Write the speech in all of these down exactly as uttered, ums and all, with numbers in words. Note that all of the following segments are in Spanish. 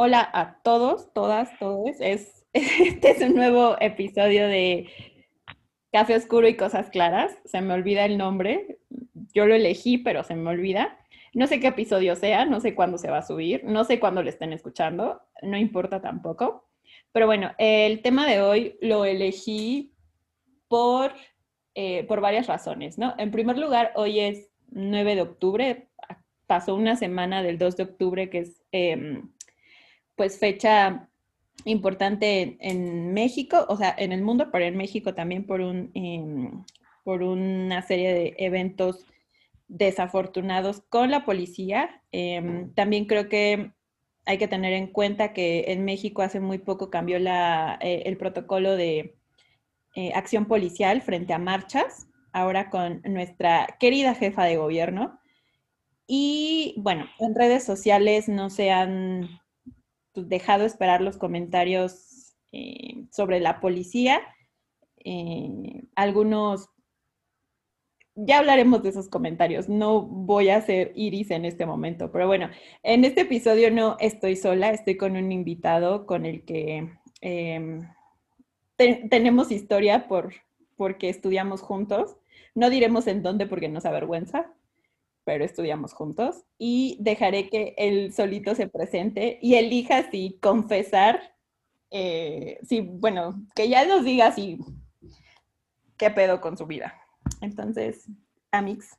Hola a todos, todas, todos. Es, este es un nuevo episodio de Café Oscuro y Cosas Claras. Se me olvida el nombre. Yo lo elegí, pero se me olvida. No sé qué episodio sea, no sé cuándo se va a subir, no sé cuándo lo estén escuchando, no importa tampoco. Pero bueno, el tema de hoy lo elegí por, eh, por varias razones, ¿no? En primer lugar, hoy es nueve de octubre, pasó una semana del dos de octubre, que es eh, pues fecha importante en, en, México, o sea, en el mundo, pero en México también por, un, eh, por una serie de eventos desafortunados con la policía. Eh, también creo que hay que tener en cuenta que en México hace muy poco cambió la, eh, el protocolo de eh, acción policial frente a marchas, ahora con nuestra querida jefa de gobierno. Y bueno, en redes sociales no se han pues, dejado esperar los comentarios eh, sobre la policía. Eh, algunos, ya hablaremos de esos comentarios, no voy a ser Iris en este momento, pero bueno, en este episodio no estoy sola, estoy con un invitado con el que eh, te tenemos historia por, porque estudiamos juntos. No diremos en dónde porque nos avergüenza, pero estudiamos juntos. Y dejaré que él solito se presente y elija si confesar, eh, si, bueno, que ya nos diga si qué pedo con su vida. Entonces, Amix.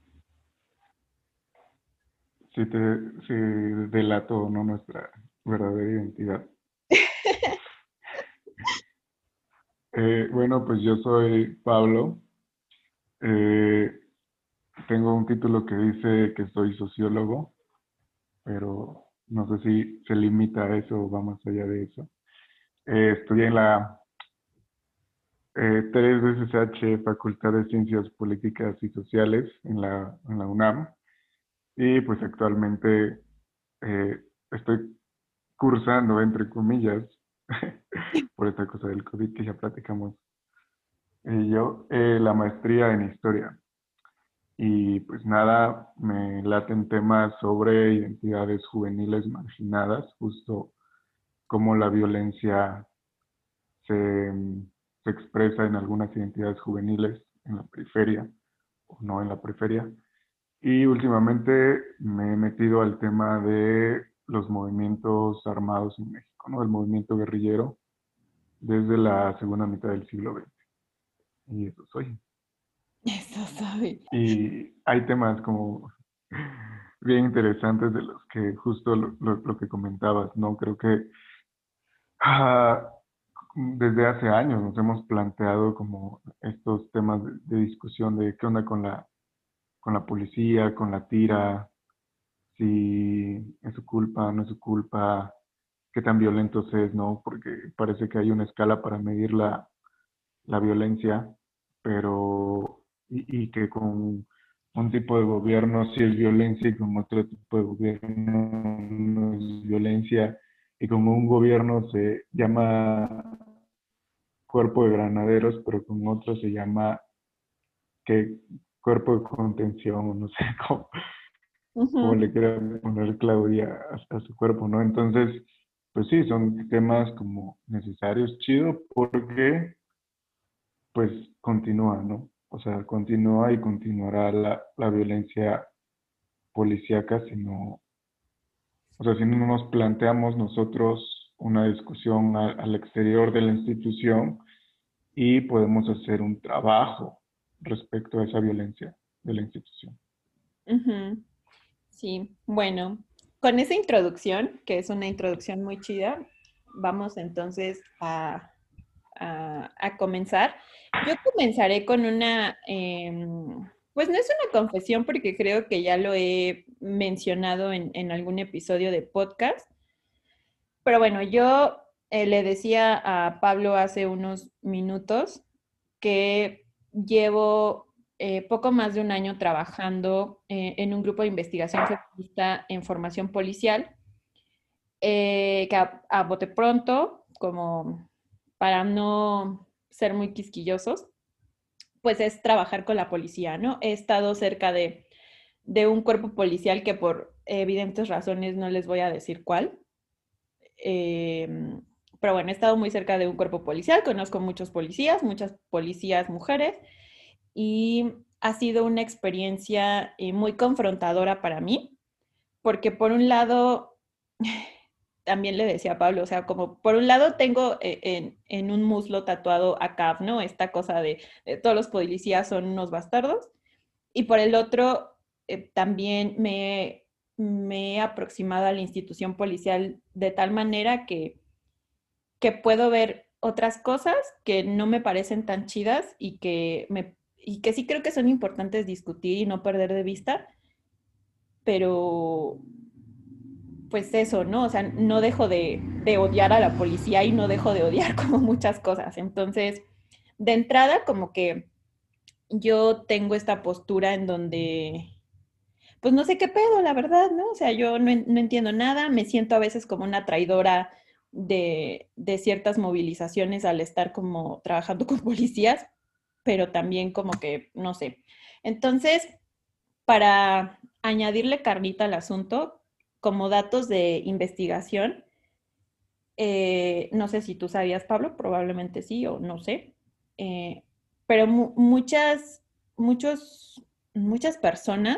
Si te si delato o no nuestra verdadera identidad. Eh, bueno, pues yo soy Pablo. Eh, Tengo un título que dice que soy sociólogo, pero no sé si se limita a eso o va más allá de eso. Eh, estudié en la eh, tres veces H Facultad de Ciencias Políticas y Sociales en la, en la UNAM y pues actualmente eh, estoy cursando, entre comillas, por esta cosa del COVID que ya platicamos y yo, eh, la maestría en historia. Y pues nada, me laten temas sobre identidades juveniles marginadas, justo cómo la violencia se, se expresa en algunas identidades juveniles en la periferia o no en la periferia. Y últimamente me he metido al tema de los movimientos armados en México, ¿no? El movimiento guerrillero desde la segunda mitad del siglo veinte. Y eso soy. Eso soy. Y hay temas como bien interesantes de los que justo lo, lo- lo que comentabas, ¿no? Creo que ah, desde hace años nos hemos planteado como estos temas de, de discusión de qué onda con la, con la policía, con la tira, si es su culpa, no es su culpa, qué tan violentos es, ¿no? Porque parece que hay una escala para medir la, la violencia, pero y, y que con un tipo de gobierno sí es violencia y con otro tipo de gobierno no es violencia y con un gobierno se llama cuerpo de granaderos, pero con otro se llama que cuerpo de contención, o no sé cómo, cómo Ujú. le quiera poner Claudia a, a su cuerpo, ¿no? Entonces, pues sí, son temas como necesarios, chido, porque pues continúa, ¿no? O sea, continúa y continuará la, la violencia policíaca si no, o sea, si no nos planteamos nosotros una discusión a- al exterior de la institución y podemos hacer un trabajo respecto a esa violencia de la institución. Ujú. Sí, bueno, con esa introducción, que es una introducción muy chida, vamos entonces a, a- a comenzar. Yo comenzaré con una, em, pues no es una confesión porque creo que ya lo he mencionado en, en algún episodio de podcast, pero bueno, yo eh, le decía a Pablo hace unos minutos que llevo eh, poco más de un año trabajando eh, en un grupo de investigación feminista en formación policial, eh, que a, a bote pronto, como para no ser muy quisquillosos, pues es trabajar con la policía, ¿no? He estado cerca de, de un cuerpo policial que por evidentes razones no les voy a decir cuál, Eh, pero bueno, he estado muy cerca de un cuerpo policial, conozco muchos policías, muchas policías mujeres, y ha sido una experiencia eh, muy confrontadora para mí, porque por un lado, también le decía a Pablo, o sea, como por un lado tengo eh, en, en, un muslo tatuado a C A P, ¿no? Esta cosa de, de todos los policías son unos bastardos, y por el otro, eh, también me, me he aproximado a la institución policial de tal manera que, que puedo ver otras cosas que no me parecen tan chidas y que, me, y que sí creo que son importantes discutir y no perder de vista, pero pues eso, ¿no? O sea, no dejo de, de odiar a la policía y no dejo de odiar como muchas cosas. Entonces, de entrada, como que yo tengo esta postura en donde pues no sé qué pedo, la verdad, ¿no? O sea, yo no, no entiendo nada, me siento a veces como una traidora de, de ciertas movilizaciones al estar como trabajando con policías, pero también como que, no sé. Entonces, para añadirle carnita al asunto, como datos de investigación, eh, no sé si tú sabías, Pablo, probablemente sí o no sé, eh, pero mu muchas, muchos, muchas personas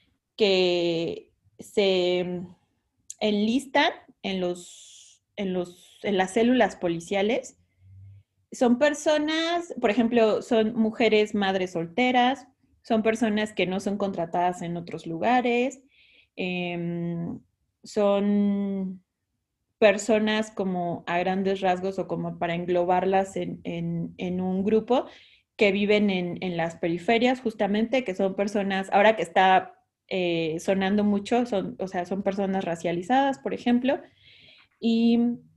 que se enlistan en los, en los, en las células policiales. Son personas, por ejemplo, son mujeres madres solteras, son personas que no son contratadas en otros lugares, eh, son personas como a grandes rasgos o como para englobarlas en, en, en un grupo que viven en, en, las periferias justamente, que son personas, ahora que está eh, sonando mucho, son, o sea, son personas racializadas, por ejemplo, y,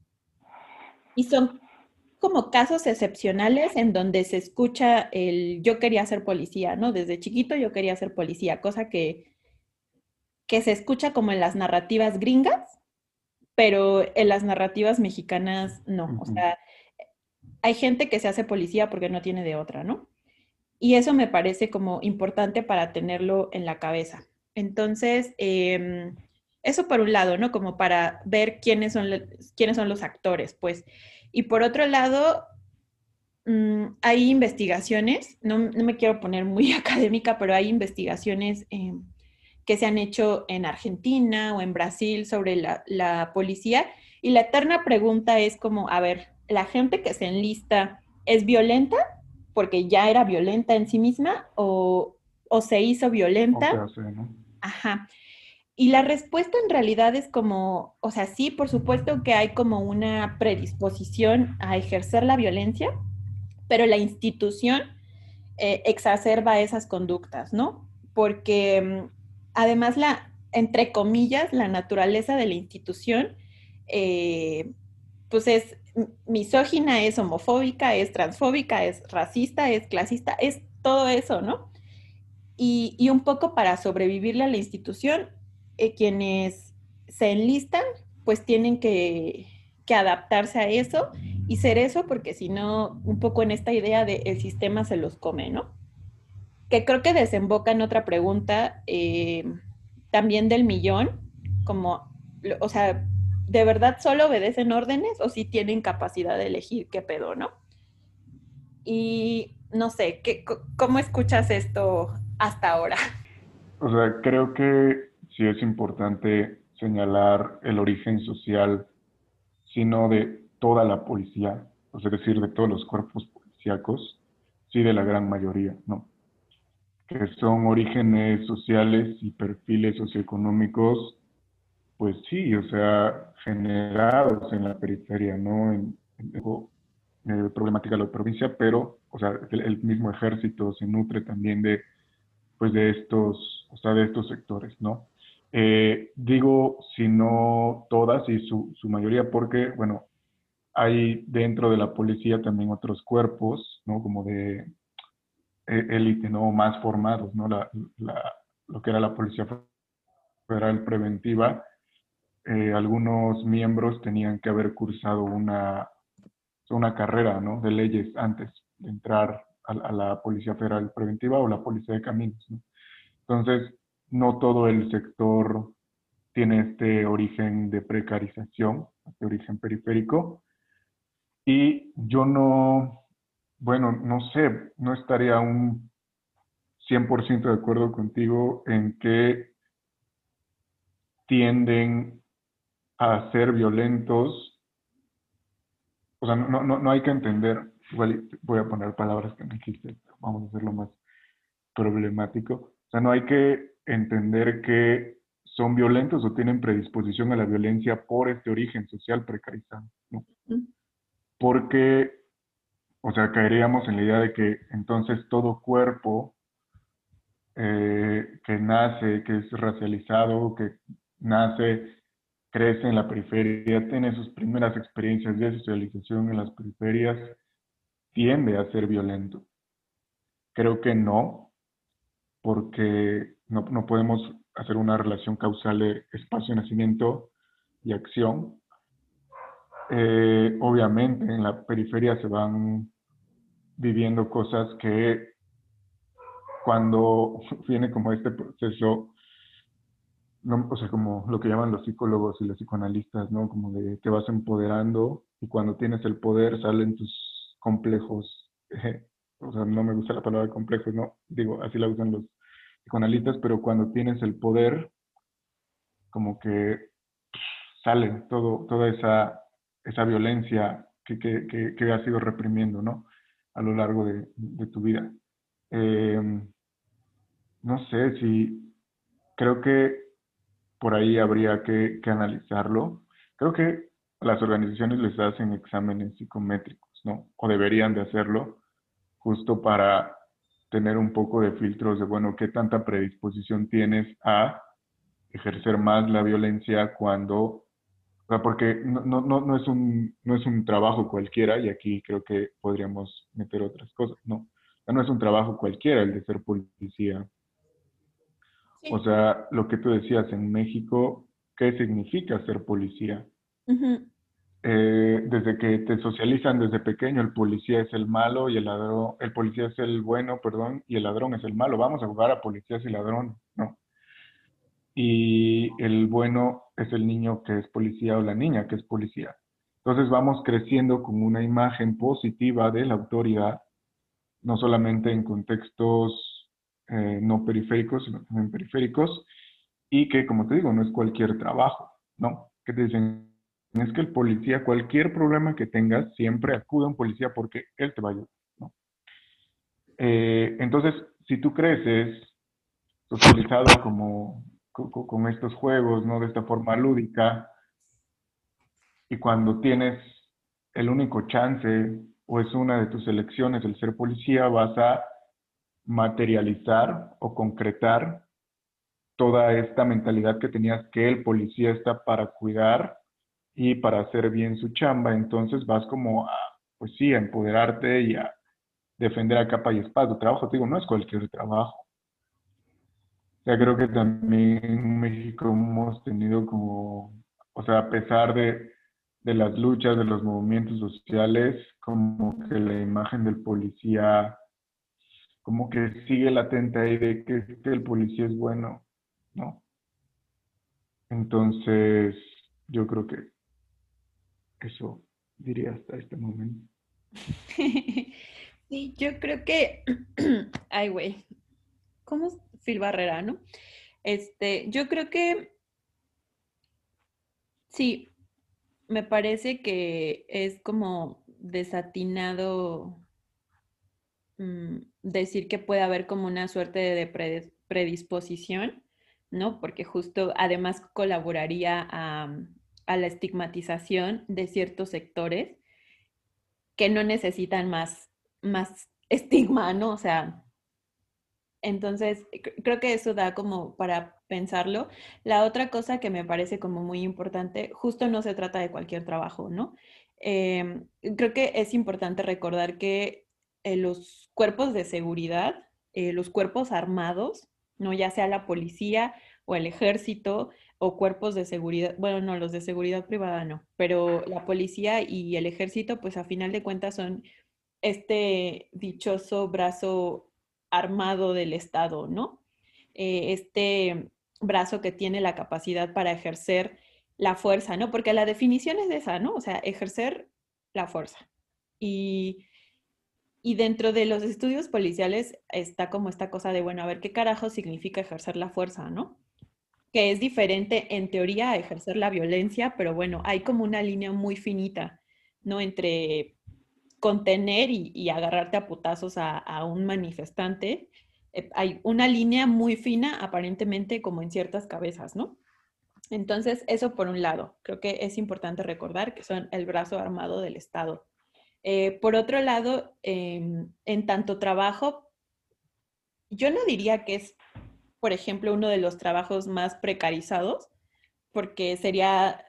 y son como casos excepcionales en donde se escucha el yo quería ser policía, ¿no? Desde chiquito yo quería ser policía, cosa que, que se escucha como en las narrativas gringas, pero en las narrativas mexicanas no. O Ujú. sea, hay gente que se hace policía porque no tiene de otra, ¿no? Y eso me parece como importante para tenerlo en la cabeza. Entonces, eh, eso por un lado, ¿no? Como para ver quiénes son, quiénes son los actores, pues. Y por otro lado, mmm, hay investigaciones, no, no, me quiero poner muy académica, pero hay investigaciones eh, que se han hecho en Argentina o en Brasil sobre la, la policía. Y la eterna pregunta es como, a ver, ¿la gente que se enlista es violenta porque ya era violenta en sí misma o, o se hizo O se violenta? hace, ¿no? Ajá. Y la respuesta en realidad es como, o sea, sí, por supuesto que hay como una predisposición a ejercer la violencia, pero la institución eh, exacerba esas conductas, ¿no? Porque mm, además la, entre comillas, la naturaleza de la institución, eh, pues es misógina, es homofóbica, es transfóbica, es racista, es clasista, es todo eso, ¿no? Y, y un poco para sobrevivirle a la institución, eh, quienes se enlistan, pues tienen que, que adaptarse a eso y ser eso, porque si no, un poco en esta idea de el sistema se los come, ¿no? Que creo que desemboca en otra pregunta eh, también del millón, como, o sea, ¿de verdad solo obedecen órdenes o si tienen capacidad de elegir qué pedo, no? Y no sé, ¿qué, ¿cómo escuchas esto hasta ahora? O sea, creo que sí es importante señalar el origen social, sino de toda la policía, o sea, es decir, de todos los cuerpos policíacos, sí de la gran mayoría, ¿no? Que son orígenes sociales y perfiles socioeconómicos, pues sí, o sea, generados en la periferia, ¿no? En, en eh, problemática de la provincia, pero, o sea, el, el mismo ejército se nutre también de pues de estos, o sea, de estos sectores, ¿no? Eh, digo, si no todas y su, su mayoría, porque, bueno, hay dentro de la policía también otros cuerpos, ¿no? Como de eh, élite, ¿no? Más formados, ¿no? La, la, lo que era la Policía Federal Preventiva, eh, algunos miembros tenían que haber cursado una, una carrera, ¿no? De leyes antes de entrar a, a la Policía Federal Preventiva o la Policía de Caminos, ¿no? Entonces, no todo el sector tiene este origen de precarización, este origen periférico, y yo no, bueno, no sé, no estaría un cien por ciento de acuerdo contigo en que tienden a ser violentos. O sea, no, no, no hay que entender, igual voy a poner palabras que no existen, vamos a hacerlo más problemático. O sea, no hay que entender que son violentos o tienen predisposición a la violencia por este origen social precarizado, ¿no? Mm. Porque, o sea, caeríamos en la idea de que entonces todo cuerpo eh, que nace, que es racializado, que nace, crece en la periferia, tiene sus primeras experiencias de socialización en las periferias, tiende a ser violento. Creo que no, porque no, no podemos hacer una relación causal de espacio-nacimiento y acción. Eh, obviamente en la periferia se van viviendo cosas que cuando viene como este proceso, no, o sea, como lo que llaman los psicólogos y los psicoanalistas, ¿no? Como de te vas empoderando y cuando tienes el poder salen tus complejos. Eh, o sea, no me gusta la palabra complejos, no, digo, así la usan los psicoanalistas, pero cuando tienes el poder, como que sale todo, toda esa, esa violencia que, que, que, que has ido reprimiendo, ¿no? A lo largo de, de tu vida. Eh, no sé si creo que por ahí habría que, que analizarlo. Creo que las organizaciones les hacen exámenes psicométricos, ¿no? O deberían de hacerlo justo para tener un poco de filtros de, bueno, qué tanta predisposición tienes a ejercer más la violencia cuando, o sea, porque no, no, no, no es un, no es un trabajo cualquiera, y aquí creo que podríamos meter otras cosas, ¿no? O sea, no es un trabajo cualquiera el de ser policía. O Sí. sea, lo que tú decías en México, ¿qué significa ser policía? Ujú. Eh, desde que te socializan desde pequeño, el policía es el malo y el ladrón, el policía es el bueno, perdón, y el ladrón es el malo. Vamos a jugar a policías y ladrón, ¿no? Y el bueno es el niño que es policía o la niña que es policía. Entonces vamos creciendo con una imagen positiva de la autoridad, no solamente en contextos eh, no periféricos, sino también periféricos, y que, como te digo, no es cualquier trabajo, ¿no? Que te dicen, es que el policía, cualquier problema que tengas, siempre acude a un policía porque él te va a ayudar, ¿no? Eh, entonces, si tú creces socializado como con, con estos juegos, ¿no? De esta forma lúdica, y cuando tienes el único chance o es una de tus elecciones el ser policía, vas a materializar o concretar toda esta mentalidad que tenías que el policía está para cuidar y para hacer bien su chamba, entonces vas como a, pues sí, a empoderarte y a defender a capa y espada. Tu trabajo, te digo, no es cualquier trabajo. O sea, creo que también en México hemos tenido como, o sea, a pesar de, de las luchas, de los movimientos sociales, como que la imagen del policía, como que sigue latente ahí de que, que el policía es bueno, ¿no? Entonces, yo creo que eso diría hasta este momento. Sí, yo creo que, ay, güey, ¿cómo es Phil Barrera, no? Este, yo creo que sí, me parece que es como desatinado mm, decir que puede haber como una suerte de pre- predisposición, ¿no? Porque justo además colaboraría a, a la estigmatización de ciertos sectores que no necesitan más, más estigma, ¿no? O sea, entonces cr- creo que eso da como para pensarlo. La otra cosa que me parece como muy importante, justo no se trata de cualquier trabajo, ¿no? Em, creo que es importante recordar que eh, los cuerpos de seguridad, eh, los cuerpos armados, ¿no? Ya sea la policía o el ejército o cuerpos de seguridad, bueno, no, los de seguridad privada no, pero la policía y el ejército, pues a final de cuentas son este dichoso brazo armado del Estado, ¿no? Eh, este brazo que tiene la capacidad para ejercer la fuerza, ¿no? Porque la definición es esa, ¿no? O sea, ejercer la fuerza. Y, y dentro de los estudios policiales está como esta cosa de, bueno, a ver, ¿qué carajo significa ejercer la fuerza, ¿no? Que es diferente en teoría a ejercer la violencia, pero bueno, hay como una línea muy finita, ¿no? Entre contener y, y agarrarte a putazos a, a un manifestante. Eh, hay una línea muy fina, aparentemente, como en ciertas cabezas, ¿no? Entonces, eso por un lado, creo que es importante recordar que son el brazo armado del Estado. Eh, por otro lado, eh, en tanto trabajo, yo no diría que es, por ejemplo, uno de los trabajos más precarizados, porque sería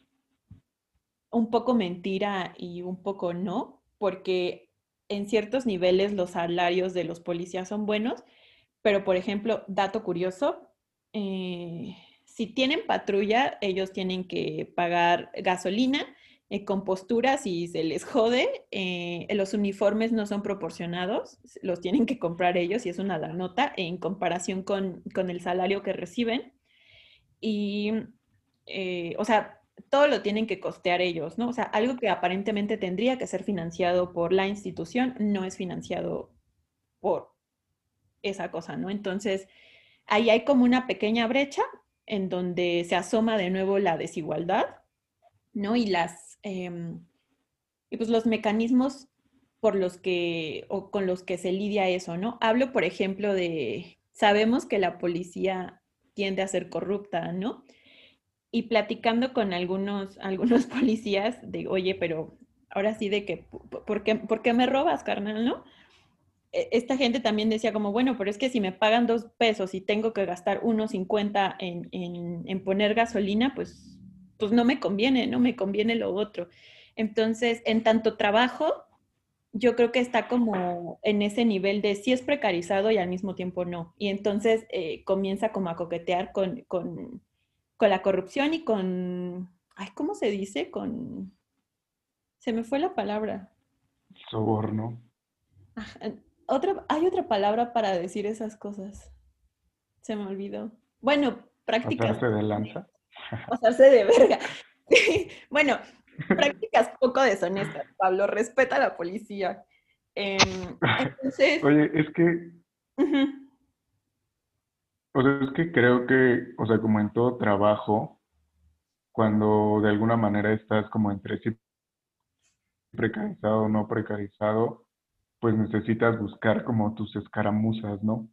un poco mentira y un poco no, porque en ciertos niveles los salarios de los policías son buenos, pero por ejemplo, dato curioso, eh, si tienen patrulla, ellos tienen que pagar gasolina, eh, compostura si se les jode, eh, los uniformes no son proporcionados, los tienen que comprar ellos y es una la nota en comparación con, con el salario que reciben. Y, eh, o sea, todo lo tienen que costear ellos, ¿no? O sea, algo que aparentemente tendría que ser financiado por la institución no es financiado por esa cosa, ¿no? Entonces, ahí hay como una pequeña brecha en donde se asoma de nuevo la desigualdad, ¿no? Y las, eh, y pues los mecanismos por los que, o con los que se lidia eso, ¿no? Hablo, por ejemplo, de, sabemos que la policía tiende a ser corrupta, ¿no? Y platicando con algunos, algunos policías de, oye, pero ahora sí de que, ¿por qué, por qué me robas, carnal, no? E, esta gente también decía como, bueno, pero es que si me pagan dos pesos y tengo que gastar uno cincuenta en, en, en poner gasolina, pues, pues no me conviene, no me conviene lo otro. Entonces, en tanto trabajo, yo creo que está como en ese nivel de sí es precarizado y al mismo tiempo no. Y entonces eh, comienza como a coquetear con, con, con la corrupción y con, ay, ¿cómo se dice? Con, se me fue la palabra. Soborno. Ah, otra, hay otra palabra para decir esas cosas. Se me olvidó. Bueno, prácticas, Pasarse de lanza. pasarse de verga. Bueno, prácticas poco deshonestas, Pablo, respeta a la policía. Em, entonces, Oye, es que, ujú, o sea, es que creo que, o sea, como en todo trabajo, cuando de alguna manera estás como entre sí precarizado o no precarizado, pues necesitas buscar como tus escaramuzas, ¿no?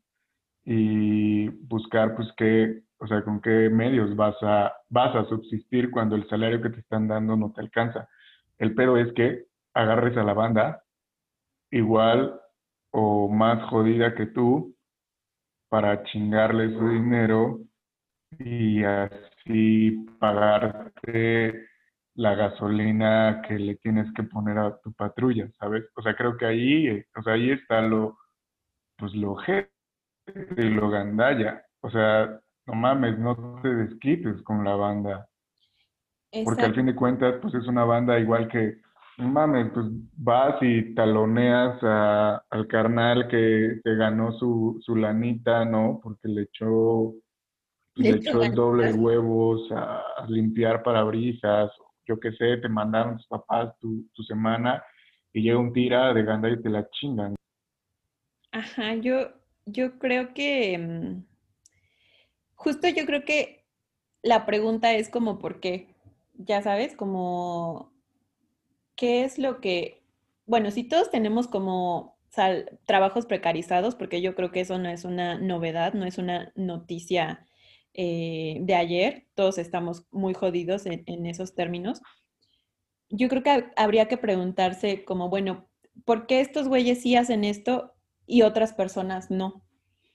Y buscar pues qué, o sea, con qué medios vas a, vas a subsistir cuando el salario que te están dando no te alcanza. El pedo es que agarres a la banda igual o más jodida que tú para chingarle su dinero y así pagarte la gasolina que le tienes que poner a tu patrulla, ¿sabes? O sea, creo que ahí, eh, o sea, ahí está lo, pues lo ojete y lo gandalla. O sea, no mames, no te desquites con la banda, porque al fin de cuentas, pues es una banda igual que, no mames, pues vas y taloneas a- al carnal que te ganó su, su lanita, ¿no? Porque le echó pues, de le hecho, echó el doble de ganitas. huevos a, a limpiar parabrisas, yo qué sé, te mandaron tus papás tu, tu semana y llega un tira de ganda y te la chingan. Ajá, yo, yo creo que, mm, justo yo creo que la pregunta es como por qué, ya sabes, como qué es lo que, bueno, si todos tenemos como sal- trabajos precarizados, porque yo creo que eso no es una novedad, no es una noticia eh, de ayer, todos estamos muy jodidos en, en esos términos. Yo creo que ha- habría que preguntarse como, bueno, ¿por qué estos güeyes sí hacen esto y otras personas no?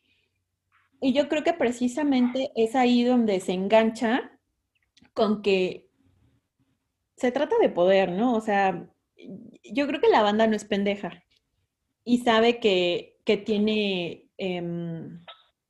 Y yo creo que precisamente es ahí donde se engancha con que se trata de poder, ¿no? O sea, yo creo que la banda no es pendeja y sabe que, que tiene, em,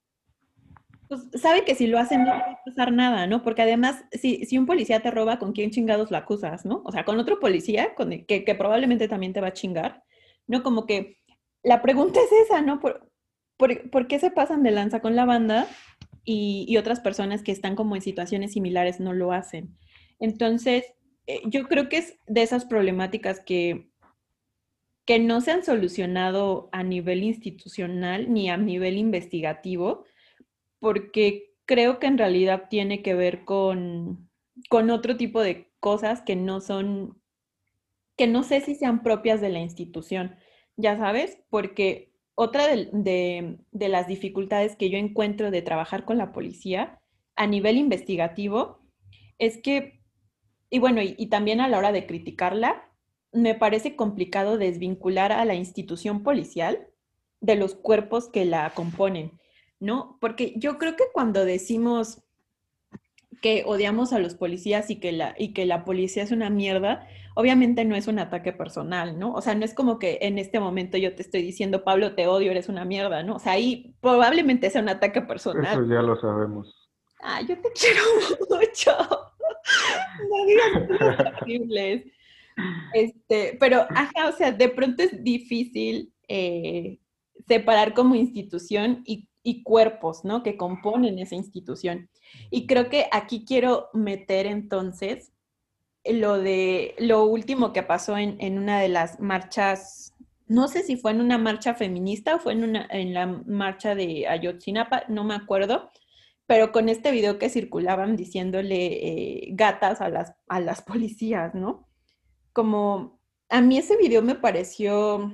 pues sabe que si lo hacen no va a pasar nada, ¿no? Porque además, si, si un policía te roba, ¿con quién chingados lo acusas, no? O sea, con otro policía con el- que, que probablemente también te va a chingar, ¿no? Como que la pregunta es esa, ¿no? ¿Por, por, por qué se pasan de lanza con la banda? y, y otras personas que están como en situaciones similares no lo hacen. Entonces, eh, yo creo que es de esas problemáticas que, que no se han solucionado a nivel institucional ni a nivel investigativo, porque creo que en realidad tiene que ver con, con otro tipo de cosas que no son, que no sé si sean propias de la institución, ya sabes, porque otra de, de, de las dificultades que yo encuentro de trabajar con la policía a nivel investigativo es que, y bueno, y, y también a la hora de criticarla, me parece complicado desvincular a la institución policial de los cuerpos que la componen, ¿no? Porque yo creo que cuando decimos que odiamos a los policías y que la, y que la policía es una mierda, obviamente no es un ataque personal, ¿no? O sea, no es como que en este momento yo te estoy diciendo, Pablo, te odio, eres una mierda, ¿no? O sea, ahí probablemente sea un ataque personal. Eso ya lo sabemos. Ah, yo te quiero mucho. No digas cosas horribles. Este, pero, ajá, o sea, de pronto es difícil eh, separar como institución y, y cuerpos, ¿no? Que componen esa institución. Y creo que aquí quiero meter entonces lo de lo último que pasó en, en una de las marchas, no sé si fue en una marcha feminista o fue en, una, en la marcha de Ayotzinapa, no me acuerdo, pero con este video que circulaban diciéndole eh, gatas a las, a las policías, ¿no? Como a mí ese video me pareció,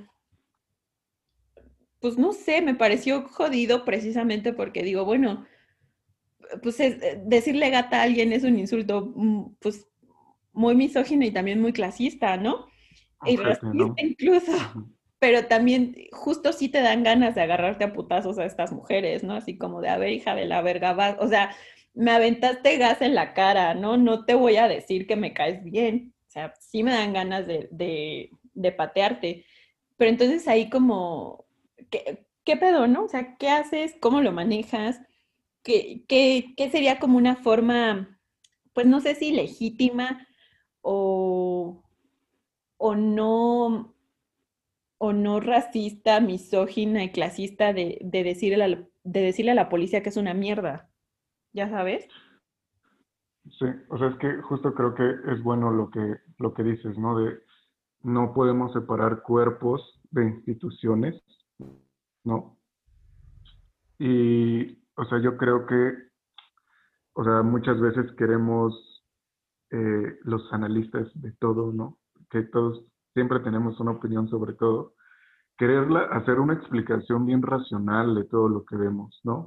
pues no sé, me pareció jodido precisamente porque digo, bueno, pues es- eh, decirle gata a alguien es un insulto, mm, pues muy misógino y también muy clasista, ¿no? Y Ojete, racista ¿no? incluso, Ujú. pero también justo sí te dan ganas de agarrarte a putazos a estas mujeres, ¿no? Así como de, a ver, hija de la verga, vas, o sea, me aventaste gas en la cara, ¿no? No te voy a decir que me caes bien, o sea, sí me dan ganas de, de, de patearte, pero entonces ahí como, ¿qué, qué pedo, no? O sea, ¿qué haces? ¿Cómo lo manejas? ¿Qué, qué, qué sería como una forma, pues no sé si legítima o, o no, o no racista, misógina y clasista de, de decirle a la, de decirle a la policía que es una mierda, ¿ya sabes? Sí, o sea, es que justo creo que es bueno lo que, lo que dices, ¿no? De no podemos separar cuerpos de instituciones, ¿no? Y, o sea, yo creo que, o sea, muchas veces queremos eh, los analistas de todo, ¿no? Que todos siempre tenemos una opinión sobre todo. Quererla hacer una explicación bien racional de todo lo que vemos, ¿no?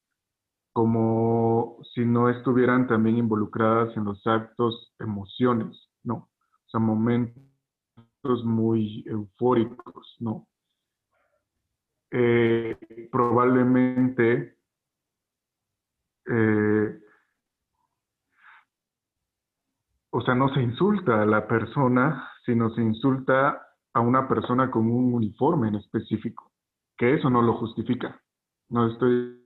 Como si no estuvieran también involucradas en los actos emociones, ¿no? O sea, momentos muy eufóricos, ¿no? Eh, probablemente, eh, o sea, no se insulta a la persona, sino se insulta a una persona con un uniforme en específico, que eso no lo justifica. No estoy,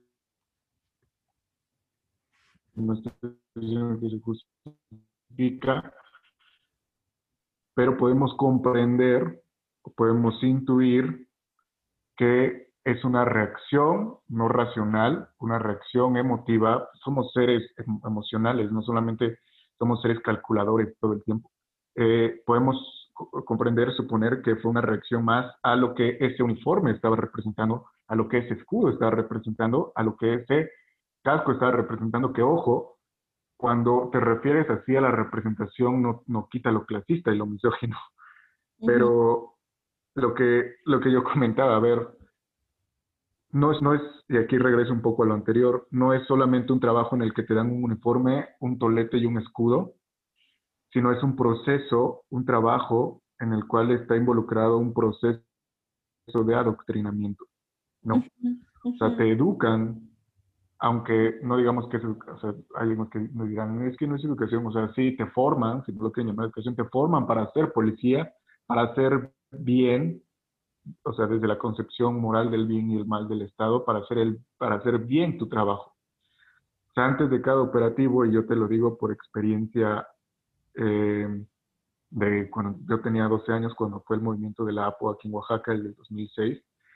no estoy diciendo que se justifica, pero podemos comprender, podemos intuir que es una reacción no racional, una reacción emotiva. Somos seres em- emocionales, no solamente somos seres calculadores todo el tiempo. Eh, podemos co- comprender, suponer que fue una reacción más a lo que ese uniforme estaba representando, a lo que ese escudo estaba representando, a lo que ese casco estaba representando, que ojo, cuando te refieres así a la representación no, no quita lo clasista y lo misógino, Ujú, pero lo que, lo que yo comentaba, a ver, no es, no es, y aquí regreso un poco a lo anterior, no es solamente un trabajo en el que te dan un uniforme, un tolete y un escudo, sino es un proceso, un trabajo en el cual está involucrado un proceso de adoctrinamiento, ¿no? ujú, O sea, ujú, te educan, aunque no digamos que es, educa- o sea, hay algunos que nos dirán, es que no es educación, o sea, sí, te forman, si no lo quieren llamar educación, te forman para ser policía, para hacer bien, o sea, desde la concepción moral del bien y el mal del Estado, para hacer, el, para hacer bien tu trabajo. O sea, antes de cada operativo, y yo te lo digo por experiencia eh, de cuando yo tenía doce años, cuando fue el movimiento de la A P O aquí en Oaxaca, el del dos mil seis,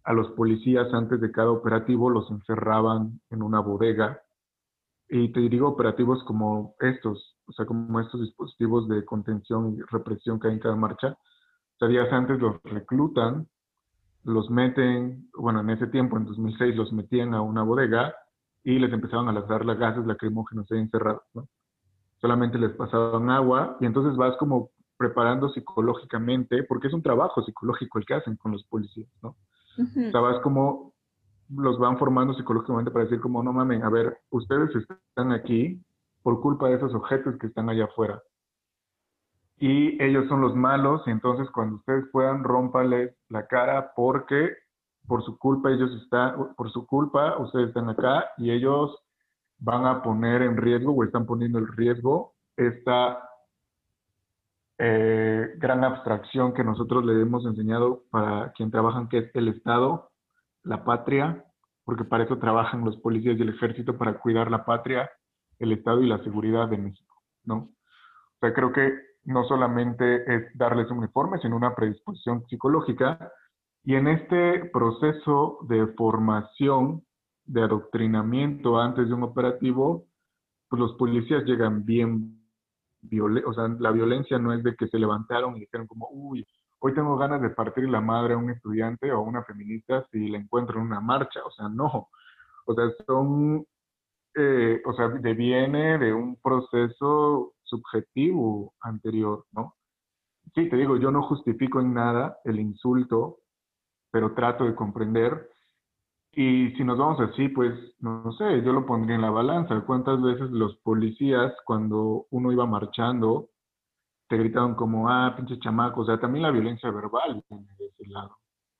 a los policías antes de cada operativo los encerraban en una bodega. Y te digo operativos como estos, o sea, como estos dispositivos de contención y represión que hay en cada marcha. O sea, días antes los reclutan, los meten, bueno, en ese tiempo, en dos mil seis, los metían a una bodega y les empezaban a lanzar las gases lacrimógenos ahí encerrados, ¿no? Solamente les pasaban agua y entonces vas como preparando psicológicamente, porque es un trabajo psicológico el que hacen con los policías, ¿no? O Ujú. sea, vas como, los van formando psicológicamente para decir como, no mamen, a ver, ustedes están aquí por culpa de esos objetos que están allá afuera. Y ellos son los malos, y entonces cuando ustedes puedan, rómpales la cara porque por su culpa ellos están, por su culpa ustedes están acá y ellos van a poner en riesgo o están poniendo en riesgo esta eh, gran abstracción que nosotros le hemos enseñado para quien trabajan, que es el Estado, la patria, porque para eso trabajan los policías y el ejército, para cuidar la patria, el Estado y la seguridad de México, ¿no? O sea, creo que no solamente es darles un uniforme, sino una predisposición psicológica. Y en este proceso de formación, de adoctrinamiento antes de un operativo, pues los policías llegan bien violentos. O sea, la violencia no es de que se levantaron y dijeron como, uy, hoy tengo ganas de partir la madre a un estudiante o a una feminista si la encuentro en una marcha. O sea, no. O sea, son eh, o sea, deviene de un proceso subjetivo anterior, ¿no? Sí, te digo, yo no justifico en nada el insulto, pero trato de comprender. Y si nos vamos así, pues, no sé, yo lo pondría en la balanza. ¿Cuántas veces los policías, cuando uno iba marchando, te gritaban como, ah, pinche chamaco? O sea, también la violencia verbal viene de ese lado.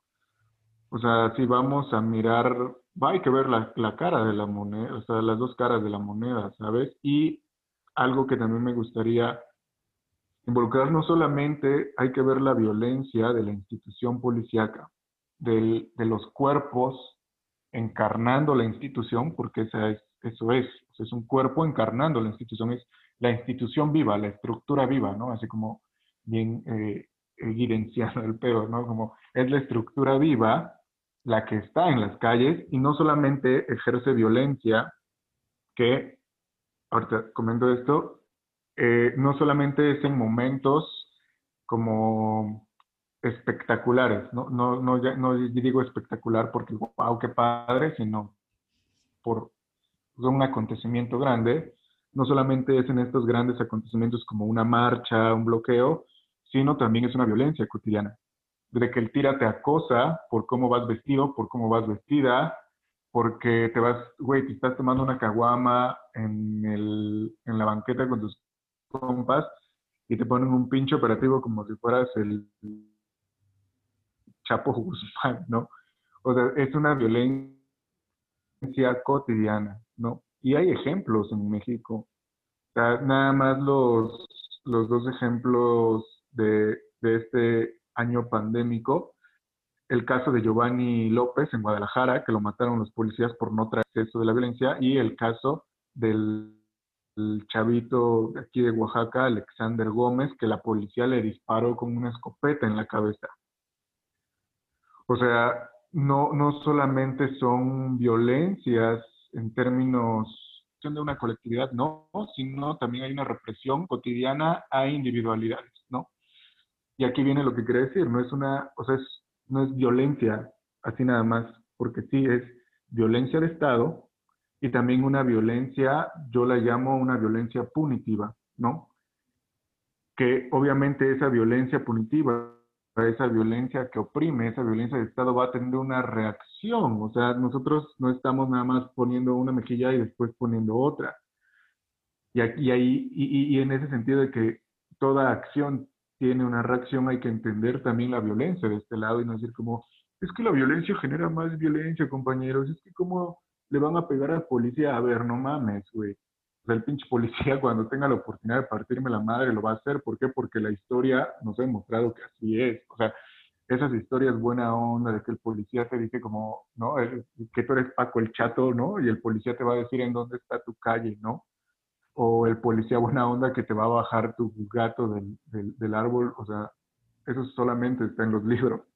O sea, si vamos a mirar, va, hay que ver la, la cara de la moneda, o sea, las dos caras de la moneda, ¿sabes? Y algo que también me gustaría involucrar, no solamente hay que ver la violencia de la institución policíaca, del- de los cuerpos encarnando la institución, porque esa es, eso es, o sea, es un cuerpo encarnando la institución, es la institución viva, la estructura viva, ¿no? Así como bien eh, evidenciado el pedo, ¿no? Como es la estructura viva la que está en las calles y no solamente ejerce violencia, que, ahorita comento esto, eh, no solamente es en momentos como espectaculares, ¿no? No, no, ya- no digo espectacular porque, wow, qué padre, sino por un acontecimiento grande. No solamente es en estos grandes acontecimientos como una marcha, un bloqueo, sino también es una violencia cotidiana. De que el tira te acosa por cómo vas vestido, por cómo vas vestida, porque te vas, güey, te estás tomando una caguama en, el, en la banqueta con tus compas y te ponen un pinche operativo como si fueras el Chapo Guzmán, ¿no? O sea, es una violencia cotidiana, ¿no? Y hay ejemplos en México. O sea, nada más los, los dos ejemplos de, de este año pandémico, el caso de Giovanni López en Guadalajara, que lo mataron los policías por no traer exceso de la violencia, y el caso del el chavito de aquí de Oaxaca, Alexander Gómez, que la policía le disparó con una escopeta en la cabeza. O sea, no, no solamente son violencias en términos de una colectividad, no, sino también hay una represión cotidiana a individualidades, ¿no? Y aquí viene lo que quiere decir, no es una, o sea, es, no es violencia así nada más, porque sí es violencia de Estado y también una violencia, yo la llamo una violencia punitiva, ¿no? Que obviamente esa violencia punitiva, esa violencia que oprime, esa violencia de Estado va a tener una reacción. O sea, nosotros no estamos nada más poniendo una mejilla y después poniendo otra. Y, aquí, y, ahí, y, y en ese sentido de que toda acción tiene una reacción, hay que entender también la violencia de este lado y no decir como, es que la violencia genera más violencia, compañeros, es que cómo le van a pegar al policía, a ver, no mames, güey. O sea, el pinche policía cuando tenga la oportunidad de partirme la madre lo va a hacer. ¿Por qué? Porque la historia nos ha demostrado que así es. O sea, esas historias buena onda de que el policía te dice como, ¿no? El- que tú eres Paco el Chato, ¿no? Y el policía te va a decir en dónde está tu calle, ¿no? O el policía buena onda que te va a bajar tu gato del, del, del árbol. O sea, eso solamente está en los libros.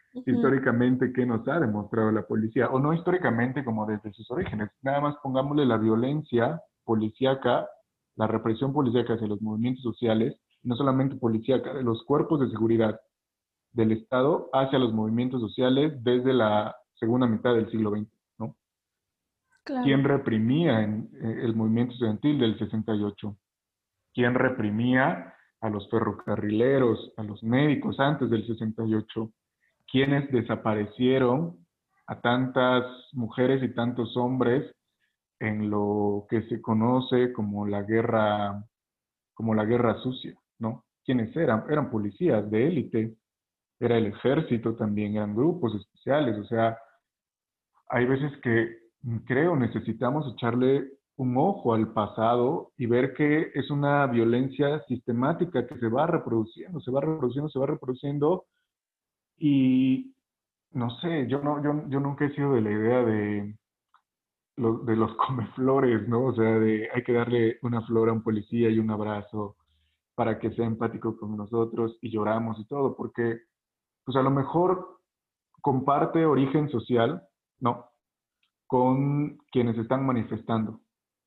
Ujú. históricamente qué nos ha demostrado la policía, o no históricamente como desde sus orígenes, nada más pongámosle la violencia policíaca, la represión policíaca hacia los movimientos sociales, no solamente policíaca, de los cuerpos de seguridad del Estado hacia los movimientos sociales desde la segunda mitad del siglo veinte, ¿no? ¿Quién Claro. reprimía en, eh, el movimiento estudiantil del sesenta y ocho? ¿Quién reprimía a los ferrocarrileros, a los médicos antes del sesenta y ocho? ¿Quiénes desaparecieron a tantas mujeres y tantos hombres en lo que se conoce como la guerra, como la guerra sucia, ¿no? ¿Quiénes eran? Eran policías de élite, era el ejército también, eran grupos especiales, o sea, hay veces que mm, creo necesitamos echarle un ojo al pasado y ver que es una violencia sistemática que se va reproduciendo, se va reproduciendo, se va reproduciendo y no sé, yo no, yo, yo nunca he sido de la idea de, lo- de los comeflores, ¿no? O sea, de hay que darle una flor a un policía y un abrazo para que sea empático con nosotros y lloramos y todo, porque pues a lo mejor comparte origen social, ¿no? Con quienes están manifestando.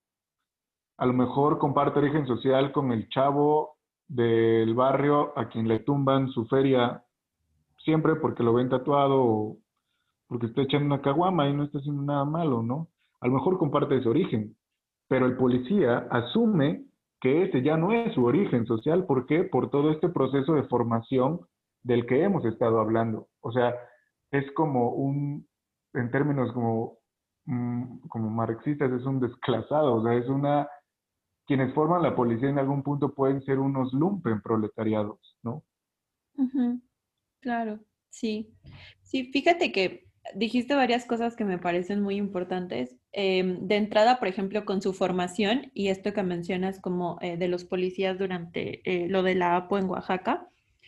A lo mejor comparte origen social con el chavo del barrio a quien le tumban su feria siempre porque lo ven tatuado o porque está echando una caguama y no está haciendo nada malo, ¿no? A lo mejor comparte ese origen, pero el policía asume que ese ya no es su origen social. ¿Por qué? Por todo este proceso de formación del que hemos estado hablando. O sea, es como un, en términos como, mm, como marxistas, es un desclasado, o sea, es una, quienes forman la policía en algún punto pueden ser unos lumpen proletariados, ¿no? Ujú. Claro, sí. Sí, fíjate que dijiste varias cosas que me parecen muy importantes. Em, de entrada, por ejemplo, con su formación y esto que mencionas como eh, de los policías durante eh, lo de la APO en Oaxaca.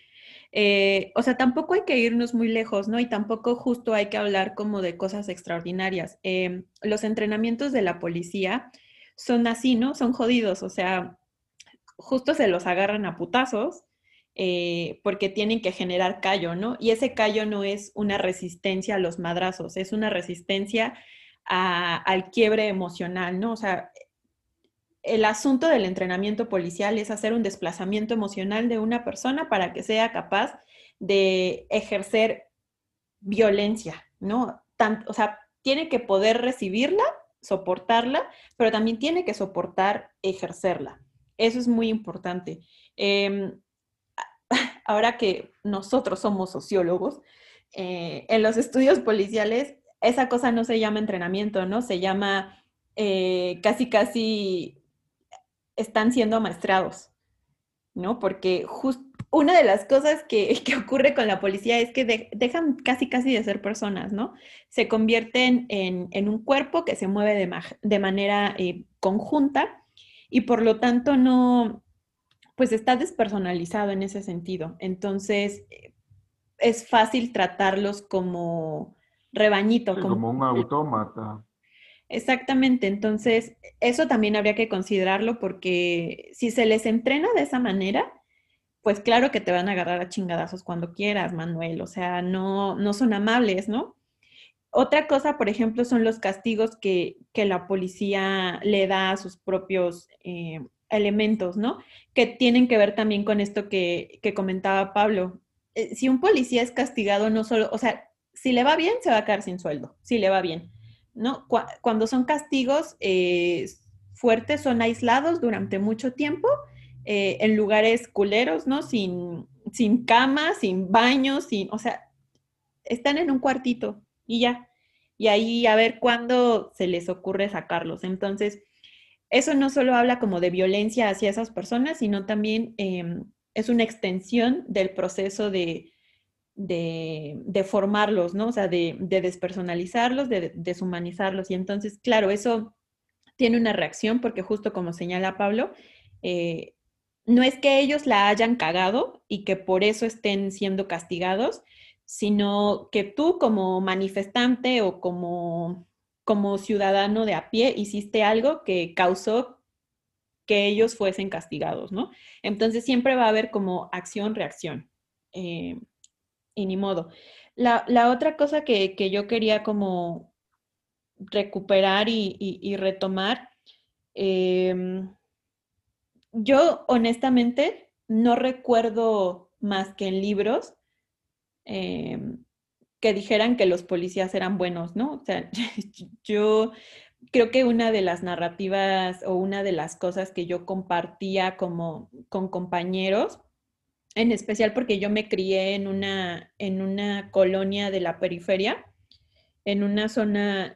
Eh, o sea, tampoco hay que irnos muy lejos, ¿no? Y tampoco justo hay que hablar como de cosas extraordinarias. Em, los entrenamientos de la policía son así, ¿no? Son jodidos, o sea, justo se los agarran a putazos eh, porque tienen que generar callo, ¿no? Y ese callo no es una resistencia a los madrazos, es una resistencia a, al quiebre emocional, ¿no? O sea, el asunto del entrenamiento policial es hacer un desplazamiento emocional de una persona para que sea capaz de ejercer violencia, ¿no? Tant, o sea, tiene que poder recibirla, soportarla, pero también tiene que soportar ejercerla. Eso es muy importante. Eh, ahora que nosotros somos sociólogos, eh, en los estudios policiales, esa cosa no se llama entrenamiento, ¿no? Se llama eh, casi, casi están siendo amaestrados, ¿no? Porque justo una de las cosas que, que, ocurre con la policía es que de, dejan casi casi de ser personas, ¿no? Se convierten en, en un cuerpo que se mueve de, ma de manera eh, conjunta y por lo tanto no, pues está despersonalizado en ese sentido. Entonces es fácil tratarlos como rebañito, Sí, como... como un autómata. Exactamente, entonces eso también habría que considerarlo porque si se les entrena de esa manera, pues claro que te van a agarrar a chingadazos cuando quieras, Manuel, o sea, no, no son amables, ¿no? Otra cosa, por ejemplo, son los castigos que, que la policía le da a sus propios eh, elementos, ¿no? Que tienen que ver también con esto que, que comentaba Pablo. Eh, si un policía es castigado, no solo, o sea, si le va bien, se va a quedar sin sueldo, si le va bien, ¿no? Cu cuando son castigos eh, fuertes, son aislados durante mucho tiempo eh, en lugares culeros, ¿no? Sin, sin cama, sin baño, sin, o sea, están en un cuartito y ya. Y ahí a ver cuándo se les ocurre sacarlos. Entonces, eso no solo habla como de violencia hacia esas personas, sino también eh, es una extensión del proceso de, de, de formarlos, ¿no? O sea, de, de despersonalizarlos, de deshumanizarlos. Y entonces, claro, eso tiene una reacción porque justo como señala Pablo, eh, no es que ellos la hayan cagado y que por eso estén siendo castigados, sino que tú como manifestante o como, como ciudadano de a pie hiciste algo que causó que ellos fuesen castigados, ¿no? Entonces siempre va a haber como acción-reacción. Eh, y ni modo. La, la otra cosa que, que yo quería como recuperar y, y- y retomar, em, yo honestamente no recuerdo más que en libros em, que dijeran que los policías eran buenos, ¿no? O sea, yo creo que una de las narrativas o una de las cosas que yo compartía como con compañeros, en especial porque yo me crié en una, en una colonia de la periferia, en una zona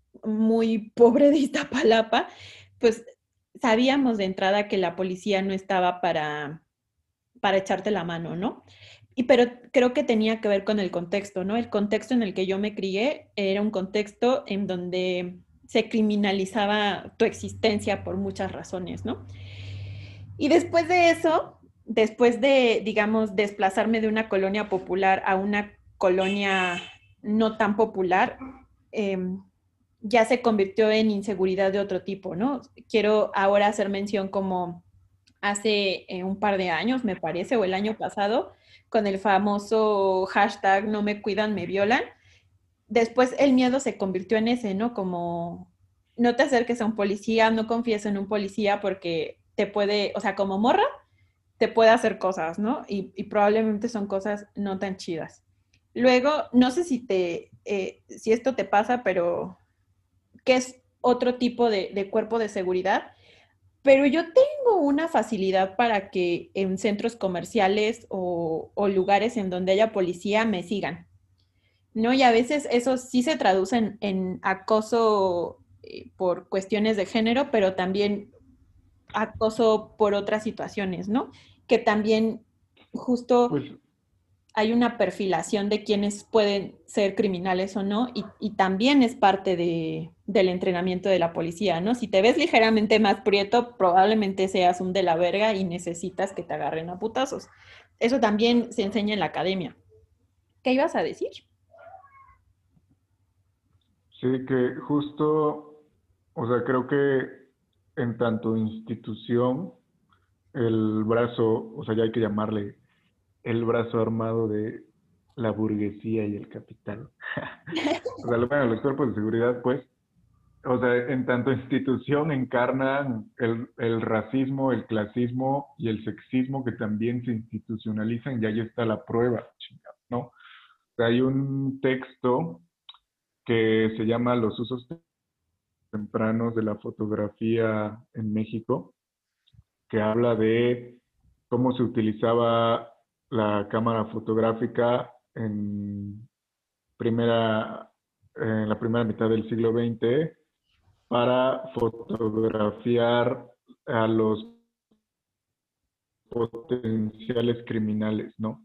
muy pobre de Iztapalapa, pues sabíamos de entrada que la policía no estaba para, para echarte la mano, ¿no? Y pero creo que tenía que ver con el contexto, ¿no? El contexto en el que yo me crié era un contexto en donde se criminalizaba tu existencia por muchas razones, ¿no? Y después de eso, después de, digamos, desplazarme de una colonia popular a una colonia no tan popular, eh, ya se convirtió en inseguridad de otro tipo, ¿no? Quiero ahora hacer mención como hace eh, un par de años, me parece, o el año pasado, con el famoso hashtag no me cuidan, me violan. Después el miedo se convirtió en ese, ¿no? Como no te acerques a un policía, no confíes en un policía porque te puede, o sea, como morra, te puede hacer cosas, ¿no? Y, y probablemente son cosas no tan chidas. Luego, no sé si te, eh, si esto te pasa, pero ¿qué es otro tipo de, de cuerpo de seguridad? Pero yo tengo una facilidad para que en centros comerciales o, o lugares en donde haya policía me sigan, ¿no? Y a veces eso sí se traduce en, en acoso eh, por cuestiones de género, pero también acoso por otras situaciones, ¿no? Que también justo Pues hay una perfilación de quienes pueden ser criminales o no, y, y también es parte de, del entrenamiento de la policía, ¿no? Si te ves ligeramente más prieto, probablemente seas un de la verga y necesitas que te agarren a putazos. Eso también se enseña en la academia. ¿Qué ibas a decir? sí, que justo, o sea, creo que en tanto institución, el brazo, o sea, ya hay que llamarle el brazo armado de la burguesía y el capital. O sea, bueno, los cuerpos de seguridad, pues, o sea, en tanto institución encarnan el, el racismo, el clasismo y el sexismo que también se institucionalizan y ahí está la prueba, chingado, ¿no? O sea, hay un texto que se llama Los usos tempranos de la fotografía en México, que habla de cómo se utilizaba la cámara fotográfica en primera, en la primera mitad del siglo veinte para fotografiar a los potenciales criminales, ¿no?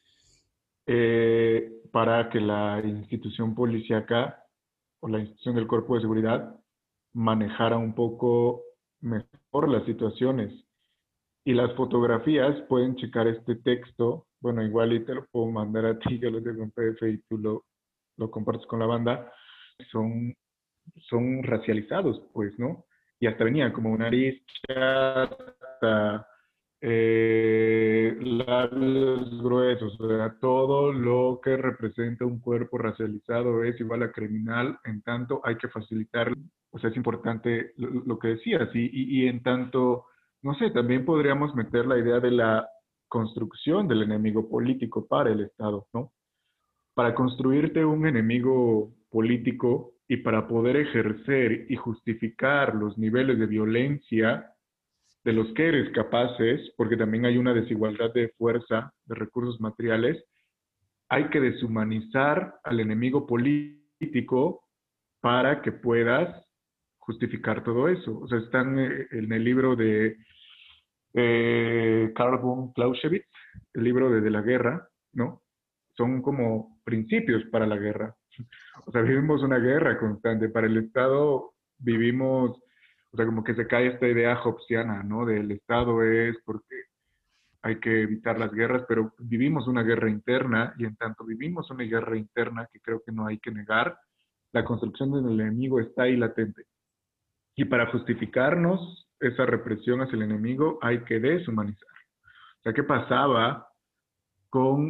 Eh, para que la institución policíaca o la institución del cuerpo de seguridad manejara un poco mejor las situaciones. Y las fotografías, pueden checar este texto, bueno, igual y te lo puedo mandar a ti, yo lo tengo en P D F y tú lo, lo compartes con la banda, son, son racializados, pues, ¿no? Y hasta venía como nariz chata, eh, labios gruesos, o sea, todo lo que representa un cuerpo racializado es igual a criminal, en tanto hay que facilitar, o sea, es importante lo, lo que decías, y, y, y en tanto, no sé, también podríamos meter la idea de la construcción del enemigo político para el Estado, ¿no? Para construirte un enemigo político y para poder ejercer y justificar los niveles de violencia de los que eres capaces, porque también hay una desigualdad de fuerza, de recursos materiales, hay que deshumanizar al enemigo político para que puedas justificar todo eso. O sea, están eh, en el libro de eh, Karl von Clausewitz, el libro de, de la guerra, ¿no? Son como principios para la guerra. O sea, vivimos una guerra constante. Para el Estado vivimos, o sea, como que se cae esta idea hobbesiana, ¿no? Del Estado es porque hay que evitar las guerras, pero vivimos una guerra interna y en tanto vivimos una guerra interna que creo que no hay que negar, la construcción del enemigo está ahí latente. Y para justificarnos esa represión hacia el enemigo hay que deshumanizar. O sea, ¿qué pasaba con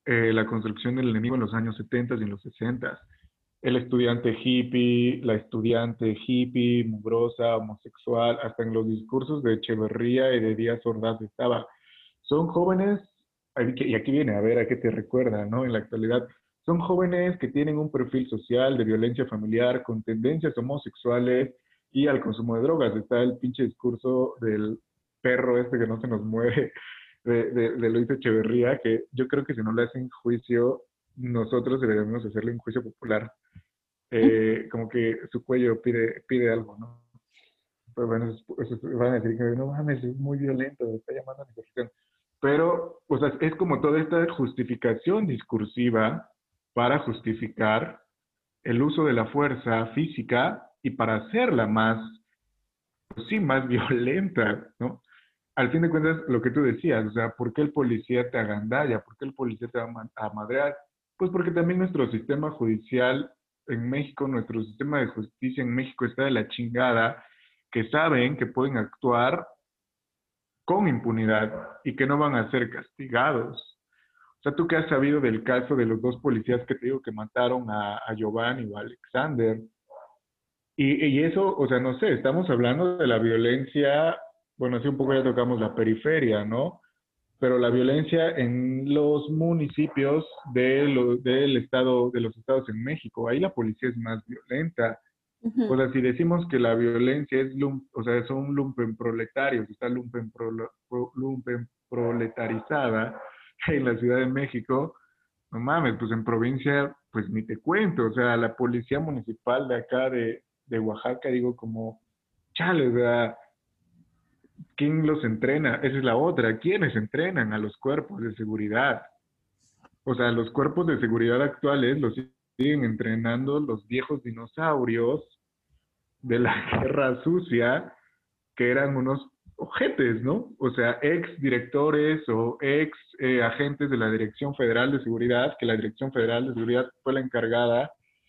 eh, la construcción del enemigo en los años setenta y en los sesenta. El estudiante hippie, la estudiante hippie, mugrosa, homosexual, hasta en los discursos de Echeverría y de Díaz Ordaz estaba. Son jóvenes, y aquí viene a ver a qué te recuerda, ¿no? En la actualidad, son jóvenes que tienen un perfil social de violencia familiar con tendencias homosexuales y al consumo de drogas. Está el pinche discurso del perro este que no se nos mueve, de, de, de Luis Echeverría, que yo creo que si no le hacen juicio, nosotros deberíamos hacerle un juicio popular. Eh, como que su cuello pide, pide algo, ¿no? Pues bueno, eso, eso, van a decir que no mames, es muy violento, está llamando a mi corrupción. Pero, o sea, es como toda esta justificación discursiva para justificar el uso de la fuerza física y para hacerla más, pues sí, más violenta, ¿no? Al fin de cuentas, lo que tú decías, o sea, ¿por qué el policía te agandalla? ¿Por qué el policía te va a madrear? Pues porque también nuestro sistema judicial en México, nuestro sistema de justicia en México está de la chingada, que saben que pueden actuar con impunidad y que no van a ser castigados. O sea, tú qué has sabido del caso de los dos policías que te digo que mataron a, a Giovanni o a Alexander. Y, y eso, o sea, no sé, estamos hablando de la violencia, bueno, así un poco ya tocamos la periferia, ¿no? Pero la violencia en los municipios de lo, del estado, de los estados en México, ahí la policía es más violenta. O Ujú. sea, si decimos que la violencia es, lum, o sea, son lumpen proletarios, está lumpen, pro, lumpen proletarizada en la Ciudad de México, no mames, pues en provincia, pues ni te cuento, o sea, la policía municipal de acá de, de Oaxaca, digo como, chale, o sea, ¿quién los entrena? Esa es la otra, ¿quiénes entrenan a los cuerpos de seguridad? O sea, los cuerpos de seguridad actuales los siguen entrenando los viejos dinosaurios de la guerra sucia, que eran unos ojetes, ¿no? O sea, ex directores o ex eh, agentes de la Dirección Federal de Seguridad, que la Dirección Federal de Seguridad fue la encargada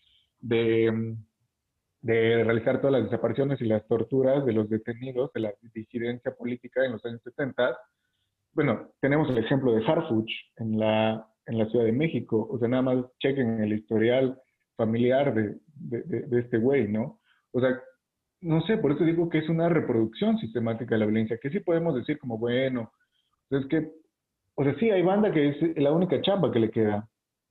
de, de realizar todas las desapariciones y las torturas de los detenidos de la disidencia política en los años setenta. Bueno, tenemos el ejemplo de Harfuch en la, en la Ciudad de México. O sea, nada más chequen el historial familiar de, de, de, de este güey, ¿no? O sea, no sé, por eso digo que es una reproducción sistemática de la violencia, que sí podemos decir como, bueno, es que, o sea, sí hay banda que es la única chamba que le queda,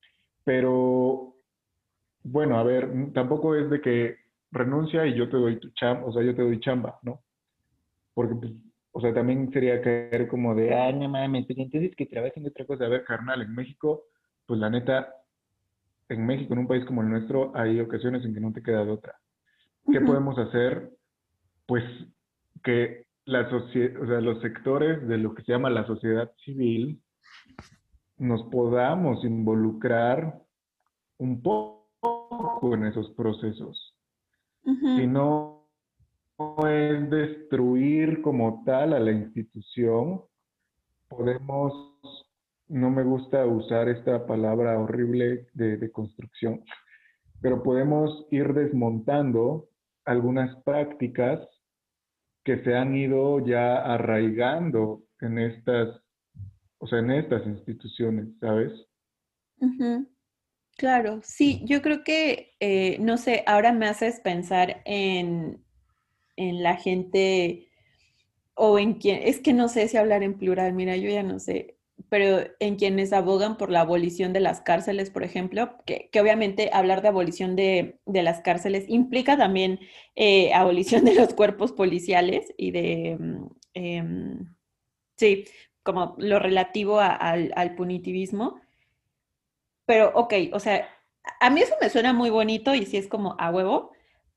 pero bueno, a ver, tampoco es de que renuncia y yo te doy tu chamba, o sea, yo te doy chamba, ¿no? Porque, pues, o sea, también sería caer como de, ah, no mames, pues entonces que trabajen en otra cosa. A ver, carnal, en México, pues la neta, en México, en un país como el nuestro, hay ocasiones en que no te queda de otra. ¿Qué Ujú. podemos hacer? Pues que la socie- o sea, los sectores de lo que se llama la sociedad civil nos podamos involucrar un poco en esos procesos. Y Ujú. no es destruir como tal a la institución. Podemos, no me gusta usar esta palabra horrible de, de construcción, pero podemos ir desmontando algunas prácticas que se han ido ya arraigando en estas, o sea, en estas instituciones, ¿sabes? Ujú. Claro, sí, yo creo que, eh, no sé, ahora me haces pensar en, en la gente o en quien, es que no sé si hablar en plural, mira, yo ya no sé, pero en quienes abogan por la abolición de las cárceles, por ejemplo, que, que obviamente hablar de abolición de, de las cárceles implica también eh, abolición de los cuerpos policiales y de, mm, em, sí, como lo relativo a- al, al punitivismo. Pero, ok, o sea, a mí eso me suena muy bonito y sí es como a huevo,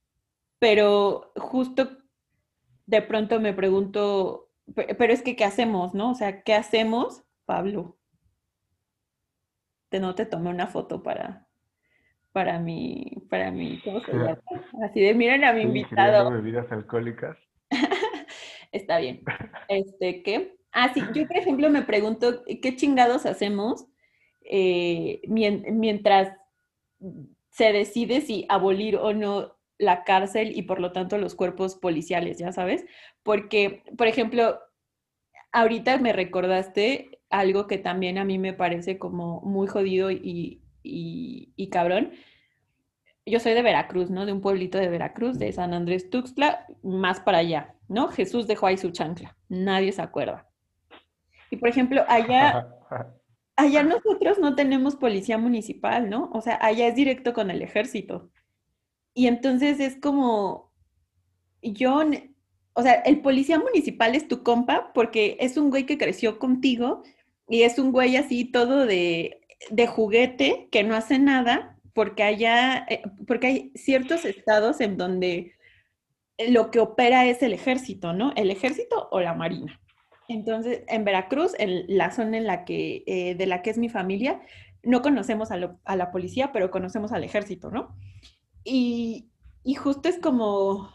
pero justo de pronto me pregunto, pe- pero es que, ¿qué hacemos, no? O sea, ¿qué hacemos, Pablo? Te no te tomé una foto para, para mi, para mi, ¿cómo se llama? Así de, miren a mi Estoy invitado. ingiriendo bebidas alcohólicas. Está bien. Este, ¿qué? Ah, sí, yo por ejemplo me pregunto, ¿qué chingados hacemos eh, mien- mientras se decide si abolir o no la cárcel y por lo tanto los cuerpos policiales, ya sabes? Porque, por ejemplo, ahorita me recordaste, algo que también a mí me parece como muy jodido y, y, y cabrón. Yo soy de Veracruz, ¿no? De un pueblito de Veracruz, de San Andrés Tuxtla, más para allá, ¿no? Jesús dejó ahí su chancla, nadie se acuerda. Y por ejemplo, allá, allá nosotros no tenemos policía municipal, ¿no? O sea, allá es directo con el ejército. Y entonces es como, yo, ne- o sea, el policía municipal es tu compa porque es un güey que creció contigo y es un güey así todo de, de juguete que no hace nada porque allá, eh, porque hay ciertos estados en donde lo que opera es el ejército, ¿no? El ejército o la marina. Entonces, en Veracruz, en la zona en la que, eh, de la que es mi familia, no conocemos a, lo- a la policía, pero conocemos al ejército, ¿no? Y, y justo es como,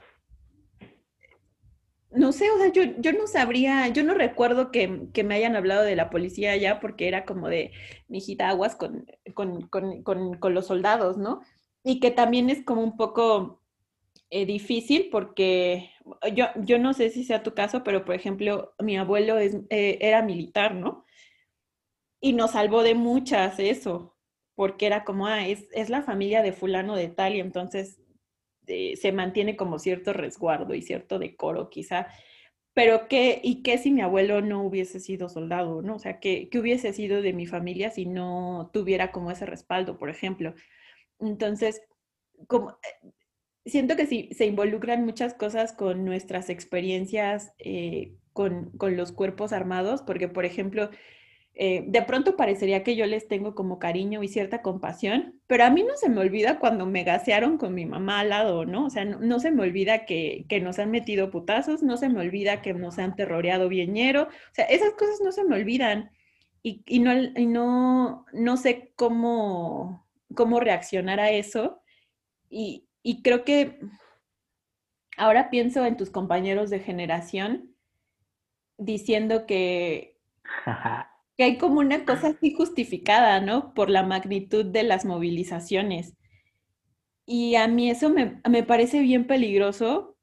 no sé, o sea, yo, yo no sabría, yo no recuerdo que, que me hayan hablado de la policía allá porque era como de, mijita, aguas con, con, con, con, con los soldados, ¿no? Y que también es como un poco eh, difícil porque yo, yo no sé si sea tu caso, pero por ejemplo, mi abuelo es, eh, era militar, ¿no? Y nos salvó de muchas eso, porque era como, ah, es, es la familia de fulano de tal y entonces eh, se mantiene como cierto resguardo y cierto decoro quizá. Pero qué, ¿y qué si mi abuelo no hubiese sido soldado, ¿no? O sea, ¿qué, qué hubiese sido de mi familia si no tuviera como ese respaldo, por ejemplo? Entonces, como, siento que sí, se involucran muchas cosas con nuestras experiencias eh, con, con, los cuerpos armados, porque, por ejemplo, eh, de pronto parecería que yo les tengo como cariño y cierta compasión, pero a mí no se me olvida cuando me gasearon con mi mamá al lado, ¿no? O sea, no, no se me olvida que, que, nos han metido putazos, no se me olvida que nos han terroreado viñero, o sea, esas cosas no se me olvidan y, y, no, y no, no sé cómo, cómo reaccionar a eso. Y, y creo que ahora pienso en tus compañeros de generación diciendo que, que hay como una cosa así justificada, ¿no? Por la magnitud de las movilizaciones. Y a mí eso me, me parece bien peligroso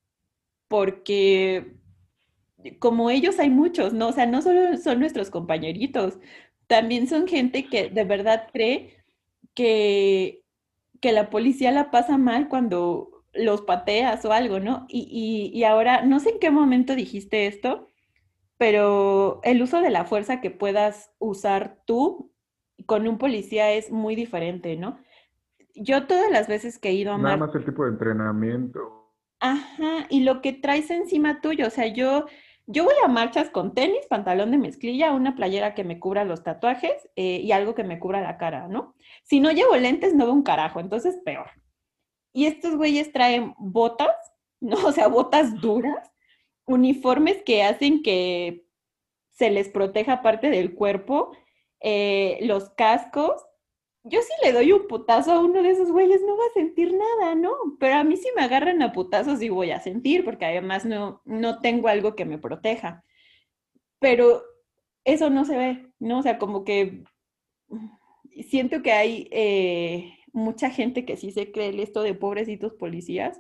porque como ellos hay muchos, ¿no? O sea, no solo son nuestros compañeritos, también son gente que de verdad cree que, que la policía la pasa mal cuando los pateas o algo, ¿no? Y, y, y ahora, no sé en qué momento dijiste esto, pero el uso de la fuerza que puedas usar tú con un policía es muy diferente, ¿no? Yo todas las veces que he ido a Nada marchas, más el tipo de entrenamiento. ajá, y lo que traes encima tuyo, o sea, yo, yo voy a marchas con tenis, pantalón de mezclilla, una playera que me cubra los tatuajes eh, y algo que me cubra la cara, ¿no? Si no llevo lentes, no veo un carajo, entonces peor. Y estos güeyes traen botas, ¿no? O sea, botas duras, uniformes que hacen que se les proteja parte del cuerpo, eh, los cascos. Yo si le doy un putazo a uno de esos güeyes no va a sentir nada, ¿no? Pero a mí si me agarran a putazos sí voy a sentir, porque además no, no tengo algo que me proteja. Pero eso no se ve, ¿no? O sea, como que siento que hay eh, mucha gente que sí se cree esto de pobrecitos policías,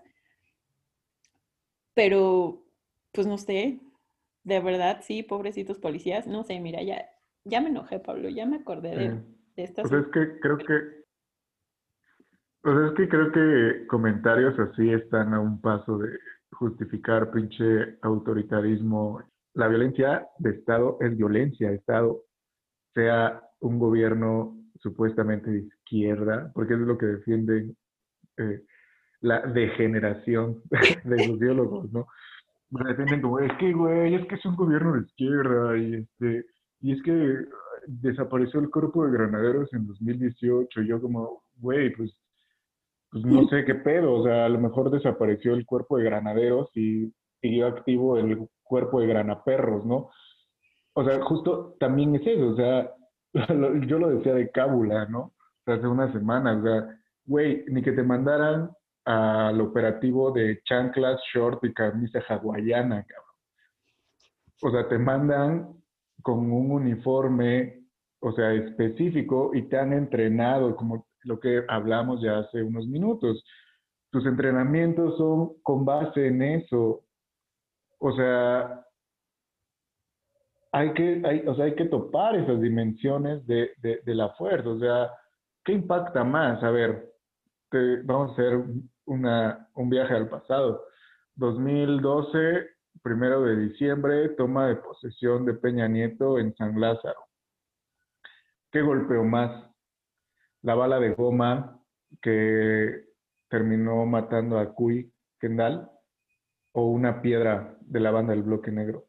pero pues no sé, de verdad, sí, pobrecitos policías, no sé, mira, ya, ya me enojé, Pablo, ya me acordé de, Eh, de esta o sea, es situación. que creo que, o sea, es que creo que comentarios así están a un paso de justificar pinche autoritarismo. La violencia de Estado es violencia de Estado, sea un gobierno supuestamente de izquierda, porque es lo que defienden eh, la degeneración de sociólogos, ¿no? Me defienden como, es que, güey, es que es un gobierno de izquierda y este, y es que desapareció el cuerpo de granaderos en dos mil dieciocho. Y yo como, güey, pues, pues no sé qué pedo, o sea, a lo mejor desapareció el cuerpo de granaderos y siguió activo el cuerpo de granaperros, ¿no? O sea, justo también es eso, o sea, lo- yo lo decía de cábula, ¿no? O sea, hace unas semanas, o sea, güey, ni que te mandaran al operativo de chanclas, short y camisa hawaiana, cabrón. O sea, te mandan con un uniforme, o sea, específico y te han entrenado, como lo que hablamos ya hace unos minutos. Tus entrenamientos son con base en eso. O sea, hay que, hay, o sea, hay que topar esas dimensiones de, de, de la fuerza. O sea, ¿qué impacta más? A ver, te, vamos a hacer una, un viaje al pasado. dos mil doce, primero de diciembre, toma de posesión de Peña Nieto en San Lázaro. ¿Qué golpeó más? ¿La bala de goma que terminó matando a Cuy Kendall o una piedra de la banda del Bloque Negro?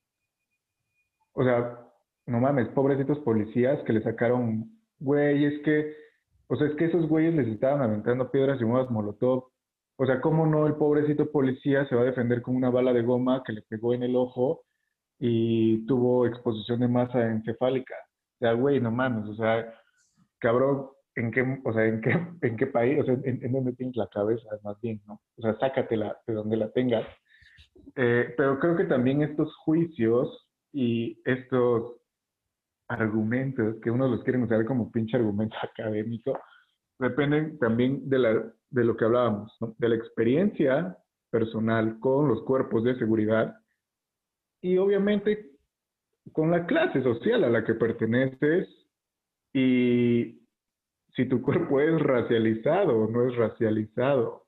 O sea, no mames, pobrecitos policías que le sacaron, güey, es que, o sea, es que esos güeyes les estaban aventando piedras y bombas molotov. O sea, ¿cómo no el pobrecito policía se va a defender con una bala de goma que le pegó en el ojo y tuvo exposición de masa encefálica? O sea, güey, no mames, o sea, cabrón, ¿en qué, o sea, en qué, en qué país, o sea, en, en dónde tienes la cabeza, más bien, ¿no? O sea, sácatela de donde la tengas. Eh, pero creo que también estos juicios y estos argumentos que uno los quieren usar como pinche argumento académico, dependen también de, la, de lo que hablábamos, ¿no? De la experiencia personal con los cuerpos de seguridad y obviamente con la clase social a la que perteneces y si tu cuerpo es racializado o no es racializado.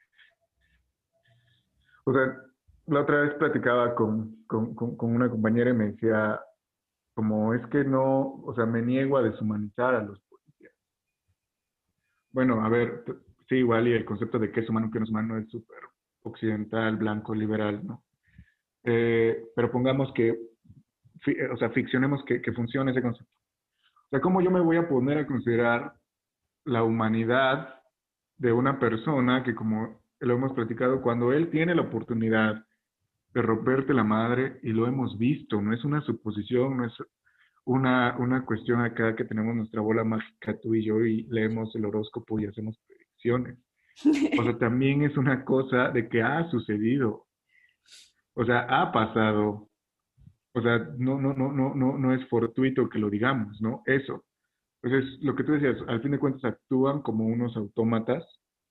O sea, la otra vez platicaba con, con, con, con una compañera y me decía, como es que no, o sea, me niego a deshumanizar a los policías. Bueno, a ver, sí, igual y el concepto de qué es humano, qué no es humano es súper occidental, blanco, liberal, ¿no? Eh, pero pongamos que, o sea, ficcionemos que, que funcione ese concepto. O sea, ¿cómo yo me voy a poner a considerar la humanidad de una persona que, como lo hemos platicado, cuando él tiene la oportunidad de romperte la madre, y lo hemos visto, no es una suposición, no es una, una cuestión acá que tenemos nuestra bola mágica tú y yo y leemos el horóscopo y hacemos predicciones. O sea, también es una cosa de que ha sucedido, o sea, ha pasado. O sea, no, no, no, no, no, no es fortuito que lo digamos, ¿no? Eso. Entonces, lo que tú decías, al fin de cuentas actúan como unos autómatas,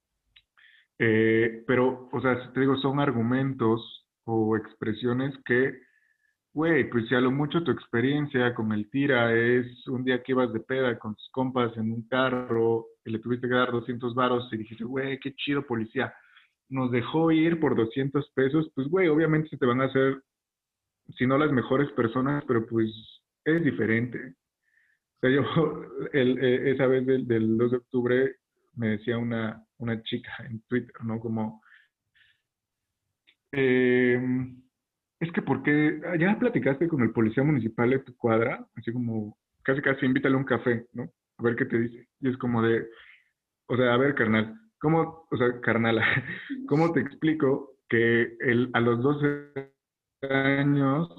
eh, pero, o sea, te digo, son argumentos o expresiones que, güey, pues si a lo mucho tu experiencia con el tira es un día que ibas de peda con tus compas en un carro y le tuviste que dar doscientos varos y dijiste, güey, qué chido policía, nos dejó ir por doscientos pesos, pues, güey, obviamente se te van a hacer, si no las mejores personas, pero pues es diferente. O sea, yo, el, eh, esa vez del, del dos de octubre, me decía una, una chica en Twitter, ¿no? Como, eh, es que ¿por qué? Ya platicaste con el policía municipal de tu cuadra, así como, casi casi invítale a un café, ¿no? A ver qué te dice. Y es como de, o sea, a ver, carnal, ¿cómo, o sea, carnala, ¿cómo te explico que el, a los doce años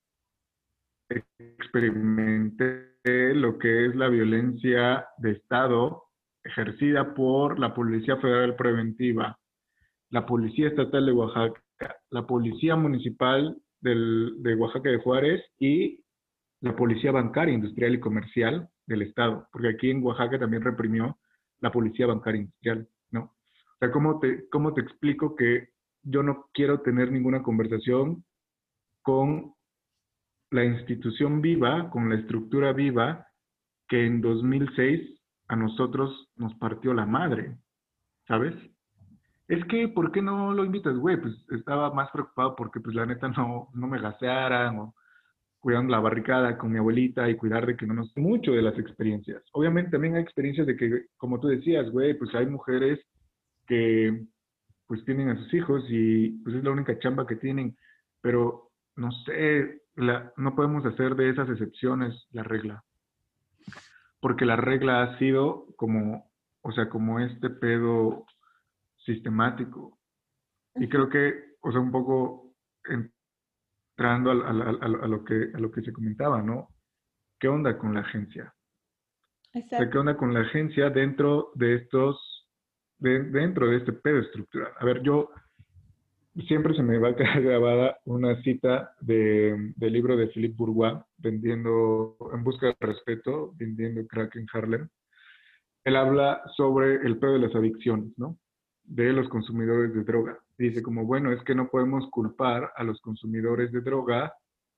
experimenté lo que es la violencia de Estado ejercida por la Policía Federal Preventiva, la Policía Estatal de Oaxaca, la Policía Municipal del, de Oaxaca de Juárez y la Policía Bancaria, Industrial y Comercial del Estado, porque aquí en Oaxaca también reprimió la Policía Bancaria Industrial, ¿no? O sea, ¿cómo te, cómo te explico que yo no quiero tener ninguna conversación con la institución viva, con la estructura viva que en dos mil seis a nosotros nos partió la madre, ¿sabes? Es que, ¿por qué no lo invitas, güey? Pues estaba más preocupado porque, pues, la neta no, no me gasearan o cuidando la barricada con mi abuelita y cuidar de que no nos... Mucho de las experiencias. Obviamente también hay experiencias de que, como tú decías, güey, pues hay mujeres que, pues, tienen a sus hijos y, pues, es la única chamba que tienen, pero, no sé, la, no podemos hacer de esas excepciones la regla, porque la regla ha sido como, o sea, como este pedo sistemático. Y creo que, o sea, un poco entrando a, a, a, a lo que, a lo que se comentaba, ¿no? ¿Qué onda con la agencia? O sea, ¿qué Exacto. onda con la agencia dentro de estos, de, dentro de este pedo estructural? A ver, yo siempre se me va a quedar grabada una cita de, del libro de Philippe Bourgois, vendiendo, en busca de respeto, vendiendo crack en Harlem. Él habla sobre el pedo de las adicciones, ¿no? De los consumidores de droga. Dice como, bueno, es que no podemos culpar a los consumidores de droga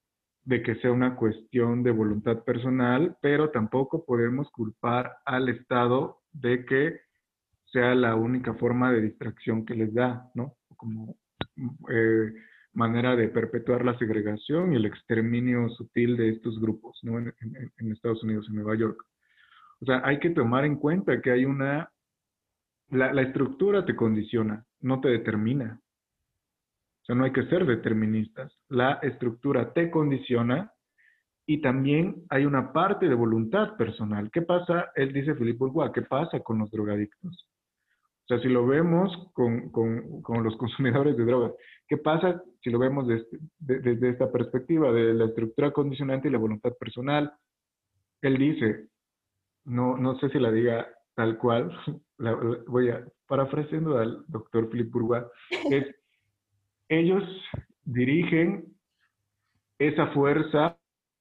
de que sea una cuestión de voluntad personal, pero tampoco podemos culpar al Estado de que sea la única forma de distracción que les da, ¿no? Como eh, manera de perpetuar la segregación y el exterminio sutil de estos grupos, ¿no? En, en, en Estados Unidos, en Nueva York. O sea, hay que tomar en cuenta que hay una, la, la estructura te condiciona, no te determina. O sea, no hay que ser deterministas. La estructura te condiciona y también hay una parte de voluntad personal. ¿Qué pasa? Él dice, Philippe Bourgois, ¿qué pasa con los drogadictos? O sea, si lo vemos con, con, con los consumidores de drogas, ¿qué pasa si lo vemos desde, de, desde esta perspectiva de la estructura condicionante y la voluntad personal? Él dice, no, no sé si la diga tal cual, la, la, voy a, parafraseando al doctor Philippe Bourgois, es, ellos dirigen esa fuerza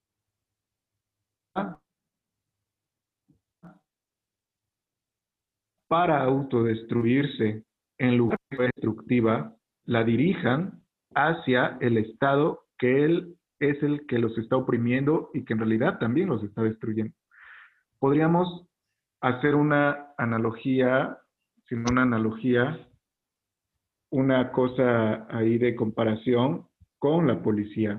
para autodestruirse en lugar de destructiva, la dirijan hacia el Estado que él es el que los está oprimiendo y que en realidad también los está destruyendo. Podríamos hacer una analogía, sin una analogía, una cosa ahí de comparación con la policía.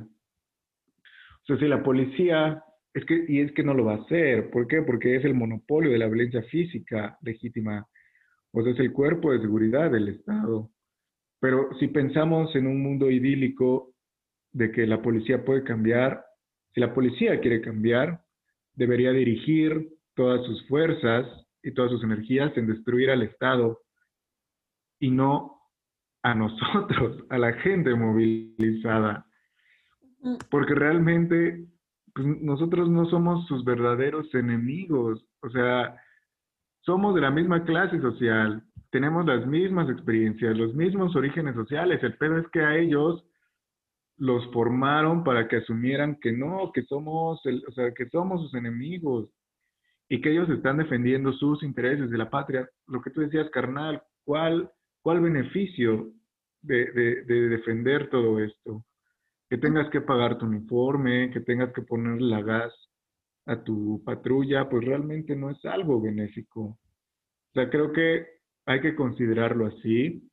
O sea, si la policía, es que, y es que no lo va a hacer, ¿por qué? Porque es el monopolio de la violencia física legítima, o sea, es el cuerpo de seguridad del Estado. Pero si pensamos en un mundo idílico de que la policía puede cambiar, si la policía quiere cambiar, debería dirigir todas sus fuerzas y todas sus energías en destruir al Estado y no a nosotros, a la gente movilizada. Porque realmente pues, nosotros no somos sus verdaderos enemigos. O sea, somos de la misma clase social, tenemos las mismas experiencias, los mismos orígenes sociales. El pedo es que a ellos los formaron para que asumieran que no, que somos, el, o sea, que somos sus enemigos y que ellos están defendiendo sus intereses de la patria. Lo que tú decías, carnal, ¿cuál, cuál beneficio de, de, de defender todo esto? Que tengas que pagar tu uniforme, que tengas que ponerle la gas a tu patrulla, pues realmente no es algo benéfico. O sea, creo que hay que considerarlo así.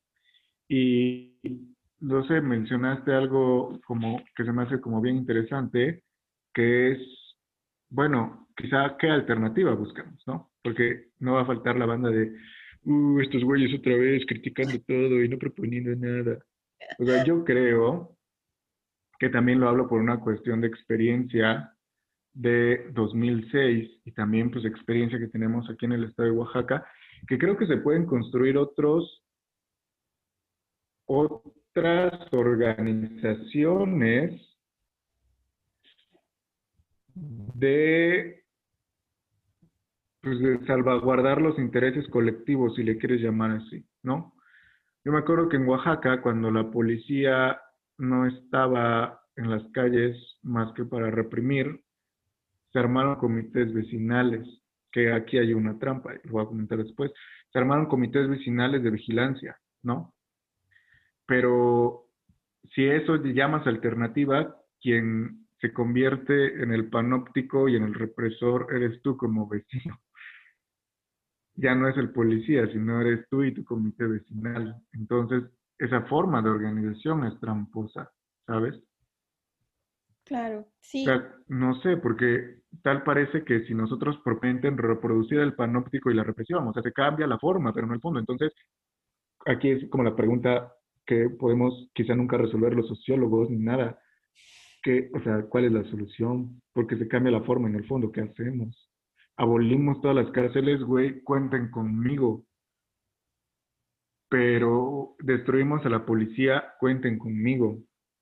Y no sé, mencionaste algo como que se me hace como bien interesante, que es, bueno, quizá qué alternativa buscamos, ¿no? Porque no va a faltar la banda de, uh, estos güeyes otra vez criticando todo y no proponiendo nada. O sea, yo creo que también lo hablo por una cuestión de experiencia de dos mil seis y también pues experiencia que tenemos aquí en el estado de Oaxaca, que creo que se pueden construir otros, otras organizaciones de, pues, de salvaguardar los intereses colectivos, si le quieres llamar así, ¿no? Yo me acuerdo que en Oaxaca, cuando la policía no estaba en las calles más que para reprimir, se armaron comités vecinales, que aquí hay una trampa, lo voy a comentar después, se armaron comités vecinales de vigilancia, ¿no? Pero si eso le llamas alternativa, quien se convierte en el panóptico y en el represor eres tú como vecino. Ya no es el policía, sino eres tú y tu comité vecinal. Entonces, esa forma de organización es tramposa, ¿sabes? Claro, O sí. sea, no sé, porque tal parece que si nosotros propenden reproducir el panóptico y la represión, o sea, se cambia la forma, pero no el fondo. Entonces, aquí es como la pregunta que podemos quizá nunca resolver los sociólogos ni nada. Que, o sea, ¿cuál es la solución? Porque se cambia la forma en el fondo, ¿qué hacemos? Abolimos todas las cárceles, güey, cuenten conmigo. Pero destruimos a la policía, cuenten conmigo.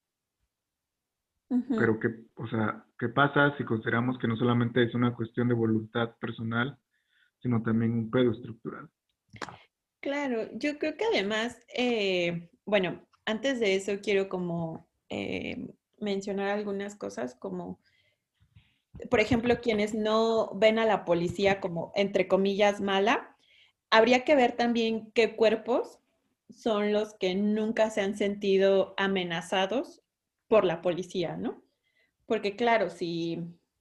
Ujú. Pero qué, o sea, ¿qué pasa si consideramos que no solamente es una cuestión de voluntad personal, sino también un pedo estructural? Claro, yo creo que además, eh, bueno, antes de eso quiero como eh, mencionar algunas cosas como, por ejemplo, quienes no ven a la policía como, entre comillas, mala, habría que ver también qué cuerpos son los que nunca se han sentido amenazados por la policía, ¿no? Porque claro, si,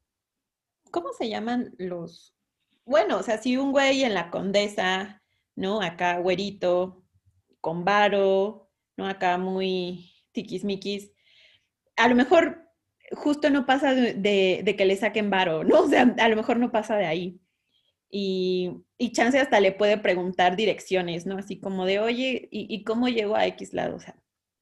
¿cómo se llaman los? Bueno, o sea, si un güey en la Condesa, ¿no? Acá güerito, con varo, ¿no? Acá muy tiquismiquis, a lo mejor justo no pasa de, de, de que le saquen varo, ¿no? O sea, a lo mejor no pasa de ahí. Y, y chance hasta le puede preguntar direcciones, ¿no? Así como de, oye, ¿y, y cómo llego a X lado? O sea,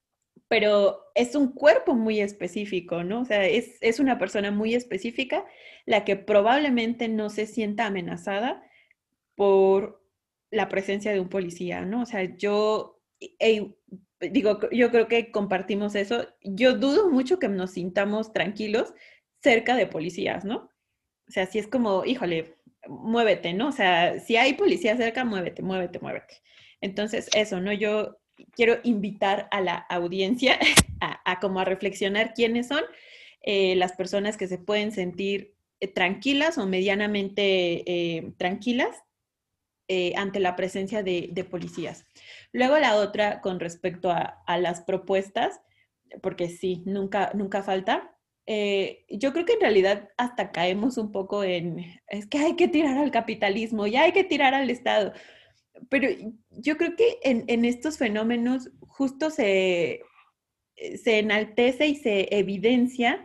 pero es un cuerpo muy específico, ¿no? O sea, es, es una persona muy específica la que probablemente no se sienta amenazada por la presencia de un policía, ¿no? O sea, yo eh, digo, yo creo que compartimos eso. Yo dudo mucho que nos sintamos tranquilos cerca de policías, ¿no? O sea, si es como, híjole, muévete, ¿no? O sea, si hay policía cerca, muévete, muévete, muévete. Entonces, eso, ¿no? Yo quiero invitar a la audiencia a, a como a reflexionar quiénes son eh, las personas que se pueden sentir eh, tranquilas o medianamente eh, tranquilas eh, ante la presencia de, de, policías. Luego la otra con respecto a, a las propuestas, porque sí, nunca, nunca falta. Eh, yo creo que en realidad hasta caemos un poco en, es que hay que tirar al capitalismo, ya hay que tirar al Estado, pero yo creo que en, en estos fenómenos justo se, se enaltece y se evidencia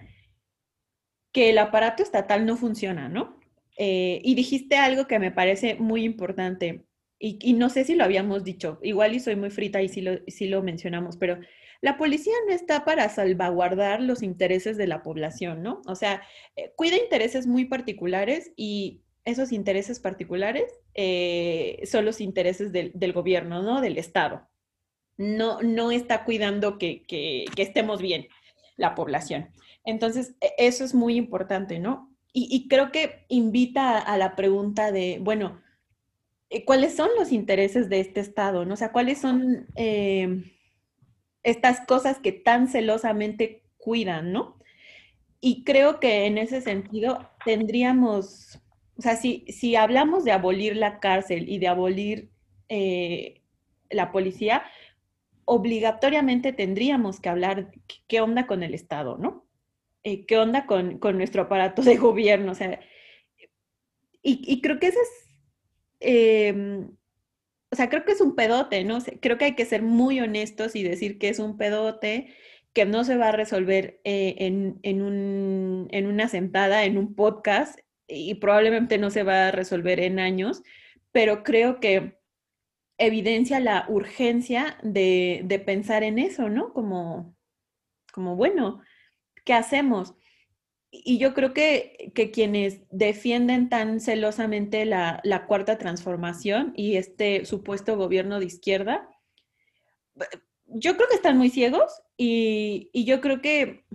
que el aparato estatal no funciona, ¿no? Eh, y dijiste algo que me parece muy importante, y, y, no sé si lo habíamos dicho, igual y soy muy frita y sí lo, sí lo mencionamos, pero la policía no está para salvaguardar los intereses de la población, ¿no? O sea, eh, cuida intereses muy particulares y esos intereses particulares eh, son los intereses del, del, gobierno, ¿no? Del Estado. No, no está cuidando que, que, que estemos bien la población. Entonces, e, eso es muy importante, ¿no? Y, y creo que invita a la pregunta de, bueno, eh, ¿cuáles son los intereses de este Estado? ¿No? O sea, ¿cuáles son eh, estas cosas que tan celosamente cuidan, ¿no? Y creo que en ese sentido tendríamos, o sea, si, si hablamos de abolir la cárcel y de abolir eh, la policía, obligatoriamente tendríamos que hablar qué onda con el Estado, ¿no? Eh, ¿Qué onda con, con, nuestro aparato de gobierno? O sea, y, y creo que ese es, eh, o sea, creo que es un pedote, ¿no? O sea, creo que hay que ser muy honestos y decir que es un pedote, que no se va a resolver eh, en, en, un, en una sentada, en un podcast, y probablemente no se va a resolver en años, pero creo que evidencia la urgencia de, de pensar en eso, ¿no? Como, como bueno, ¿qué hacemos? Y yo creo que, que quienes defienden tan celosamente la, la cuarta transformación y este supuesto gobierno de izquierda, yo creo que están muy ciegos y, y yo creo que,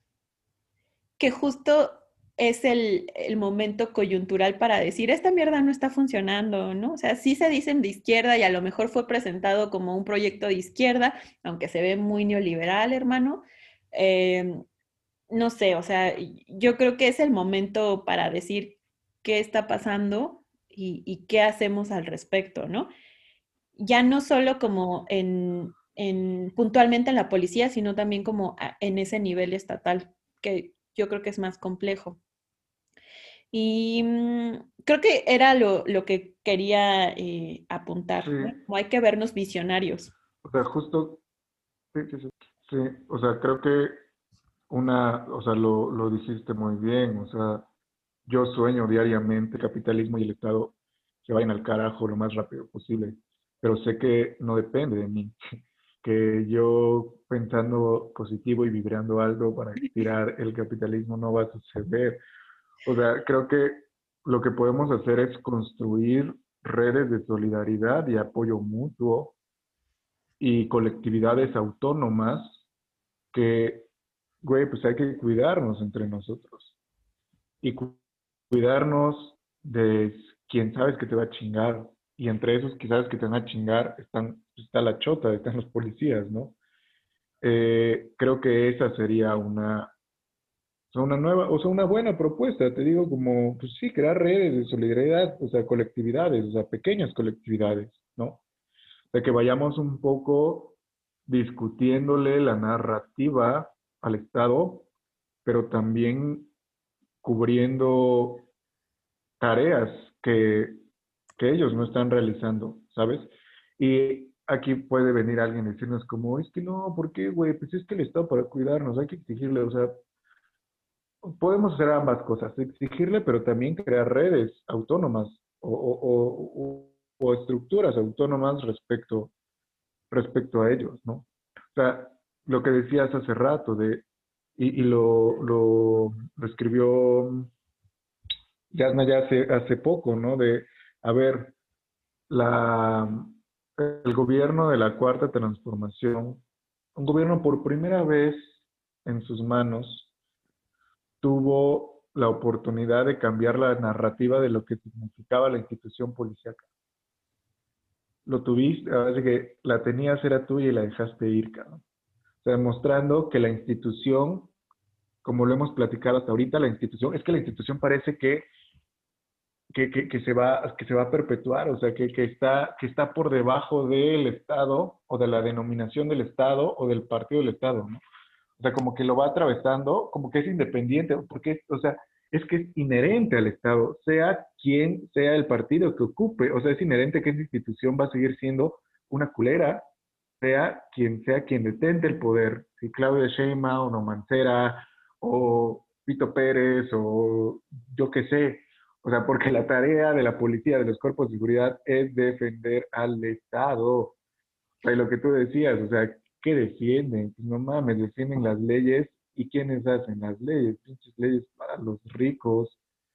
que justo es el, el, momento coyuntural para decir, esta mierda no está funcionando, ¿no? O sea, sí se dicen de izquierda y a lo mejor fue presentado como un proyecto de izquierda, aunque se ve muy neoliberal, hermano. Eh, no sé, o sea, yo creo que es el momento para decir qué está pasando y, y qué hacemos al respecto, ¿no? Ya no solo como en, en puntualmente en la policía, sino también como a, en ese nivel estatal, que yo creo que es más complejo. Y mmm, creo que era lo, lo que quería eh, Sí, apuntar, ¿no? Como hay que vernos visionarios. o sea, justo, sí, sí, sí, sí, o sea, creo que una, o sea, lo, lo dijiste muy bien, o sea, yo sueño diariamente el capitalismo y el Estado se vayan al carajo lo más rápido posible, pero sé que no depende de mí, que yo pensando positivo y vibrando alto para tirar el capitalismo no va a suceder. O sea, creo que lo que podemos hacer es construir redes de solidaridad y apoyo mutuo y colectividades autónomas que, güey, pues hay que cuidarnos entre nosotros y cu- cuidarnos de quien sabes que te va a chingar. Y entre esos que sabes que te van a chingar están, está la chota, están los policías, ¿no? Eh, creo que esa sería una, o sea, una nueva, o sea, una buena propuesta, te digo, como, pues sí, crear redes de solidaridad, o sea, colectividades, o sea, pequeñas colectividades, ¿no? O sea, que vayamos un poco discutiéndole la narrativa al Estado, pero también cubriendo tareas que, que ellos no están realizando, ¿sabes? Y aquí puede venir alguien y decirnos como, es que no, ¿por qué, güey? Pues es que el Estado para cuidarnos, hay que exigirle, o sea, podemos hacer ambas cosas, exigirle, pero también crear redes autónomas o, o- o- o estructuras autónomas respecto, respecto a ellos, ¿no? O sea, lo que decías hace rato de, y, y lo, lo, lo escribió Yasna ya hace, hace poco, ¿no? De, a ver, la, el gobierno de la Cuarta Transformación, un gobierno por primera vez en sus manos, tuvo la oportunidad de cambiar la narrativa de lo que significaba la institución policíaca. Lo tuviste, así que la tenías, era tuya y la dejaste ir, cabrón. O sea, demostrando que la institución, como lo hemos platicado hasta ahorita, la institución, es que la institución parece que, que, que, que se, va, que se va a perpetuar, o sea, que, que, está, que está por debajo del Estado o de la denominación del Estado o del partido del Estado, ¿no? O sea, como que lo va atravesando, como que es independiente, porque, o sea, es que es inherente al Estado, sea quien sea el partido que ocupe, o sea, es inherente que esa institución va a seguir siendo una culera, sea quien sea quien detente el poder, si Claudia Sheinbaum o Mancera o Pito Pérez o yo qué sé, o sea, porque la tarea de la policía, de los cuerpos de seguridad es defender al Estado. O sea, y lo que tú decías, o sea, ¿qué defienden? Pues no mames, defienden las leyes. ¿Y quiénes hacen las leyes? Pinches leyes para los ricos,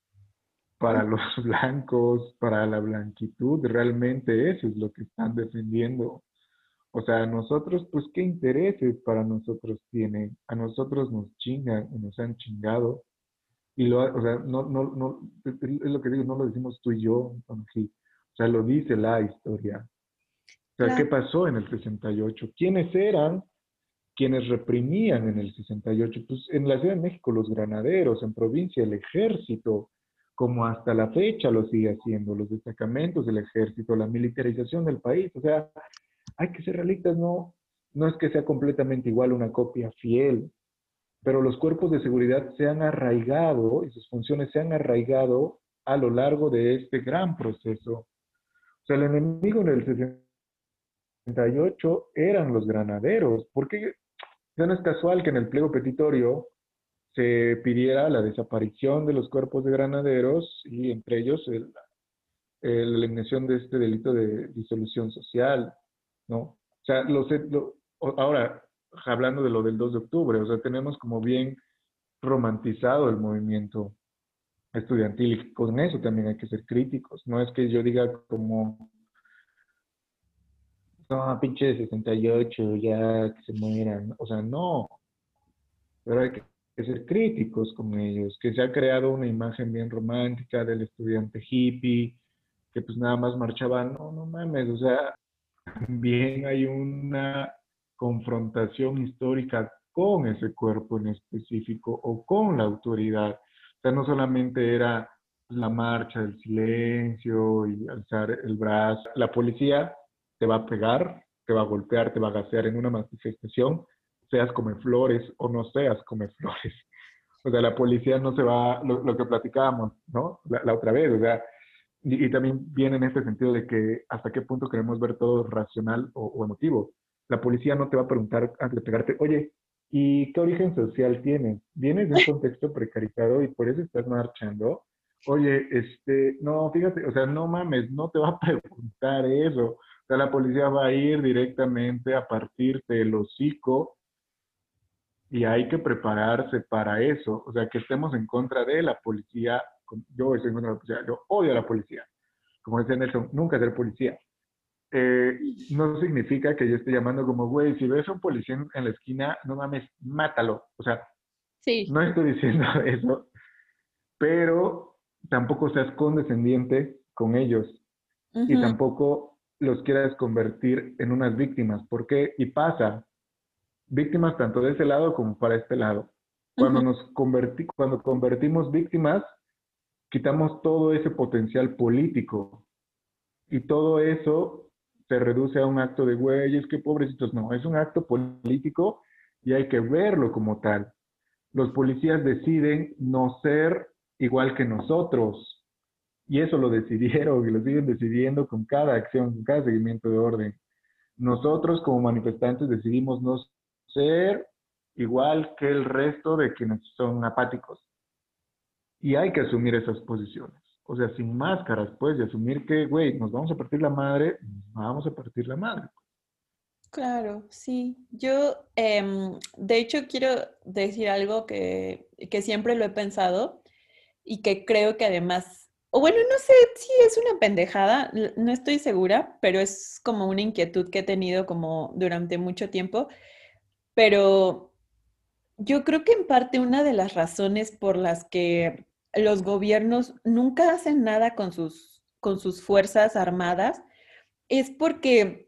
para los blancos, para la blanquitud. Realmente eso es lo que están defendiendo. O sea, nosotros, pues, ¿qué intereses para nosotros tienen? A nosotros nos chingan y nos han chingado. Y lo, o sea, no, no, no, es es lo que digo, no lo decimos tú y yo, Angie. O sea, lo dice la historia. O sea, ¿qué Claro. pasó en el sesenta y ocho? ¿Quiénes eran quienes reprimían en el sesenta y ocho? Pues en la Ciudad de México los granaderos, en provincia el ejército, como hasta la fecha lo sigue haciendo, los destacamentos del ejército, la militarización del país. O sea, hay que ser realistas, no, no es que sea completamente igual una copia fiel, pero los cuerpos de seguridad se han arraigado y sus funciones se han arraigado a lo largo de este gran proceso. O sea, el enemigo en el sesenta y ocho eran los granaderos, porque ya no es casual que en el pliego petitorio se pidiera la desaparición de los cuerpos de granaderos y entre ellos el, el- la eliminación de este delito de disolución social, ¿no? O sea, lo sé- lo- o- ahora, hablando de lo del dos de octubre, o sea, tenemos como bien romantizado el movimiento estudiantil y con eso también hay que ser críticos. No es que yo diga como, no, pinche sesenta y ocho, ya que se mueran. O sea, no, pero hay que, que ser críticos con ellos, que se ha creado una imagen bien romántica del estudiante hippie, que pues nada más marchaba, no, no mames, o sea, también hay una confrontación histórica con ese cuerpo en específico o con la autoridad. O sea, no solamente era la marcha del silencio y alzar el brazo. La policía te va a pegar, te va a golpear, te va a gasear en una manifestación, seas come flores o no seas come flores. O sea, la policía no se va, lo, lo que platicábamos, ¿no? La, la otra vez, o sea, y, y también viene en este sentido de que hasta qué punto queremos ver todo racional o, o emotivo. La policía no te va a preguntar antes de pegarte, oye, ¿y qué origen social tienes? ¿Vienes de un contexto precarizado y por eso estás marchando? Oye, este, no, fíjate, o sea, no mames, no te va a preguntar eso. O sea, la policía va a ir directamente a partirte el hocico y hay que prepararse para eso. O sea, que estemos en contra de la policía. Yo estoy en contra de la policía, yo odio a la policía. Como decía Nelson, nunca ser policía. Eh, no significa que yo esté llamando como, güey, si ves a un policía en, en la esquina, no mames, mátalo. O sea, Sí. no estoy diciendo eso, pero tampoco seas condescendiente con ellos y Ujú, tampoco los quieras convertir en unas víctimas. ¿Por qué? Y pasa, víctimas tanto de ese lado como para este lado. Cuando ujú. nos converti cuando convertimos víctimas, quitamos todo ese potencial político y todo eso se reduce a un acto de güeyes, qué pobrecitos. No, es un acto político y hay que verlo como tal. los policías deciden no ser igual que nosotros. Y eso lo decidieron y lo siguen decidiendo con cada acción, con cada seguimiento de orden. Nosotros como manifestantes decidimos no ser igual que el resto de quienes son apáticos. Y hay que asumir esas posiciones. O sea, sin máscaras, pues, y asumir que, güey, nos vamos a partir la madre, nos vamos a partir la madre. Claro, sí. Yo, em, de hecho, quiero decir algo que, que siempre lo he pensado y que creo que además, o bueno, no sé si es una pendejada, l- no estoy segura, pero es como una inquietud que he tenido como durante mucho tiempo, pero yo creo que en parte una de las razones por las que los gobiernos nunca hacen nada con sus, con sus fuerzas armadas es porque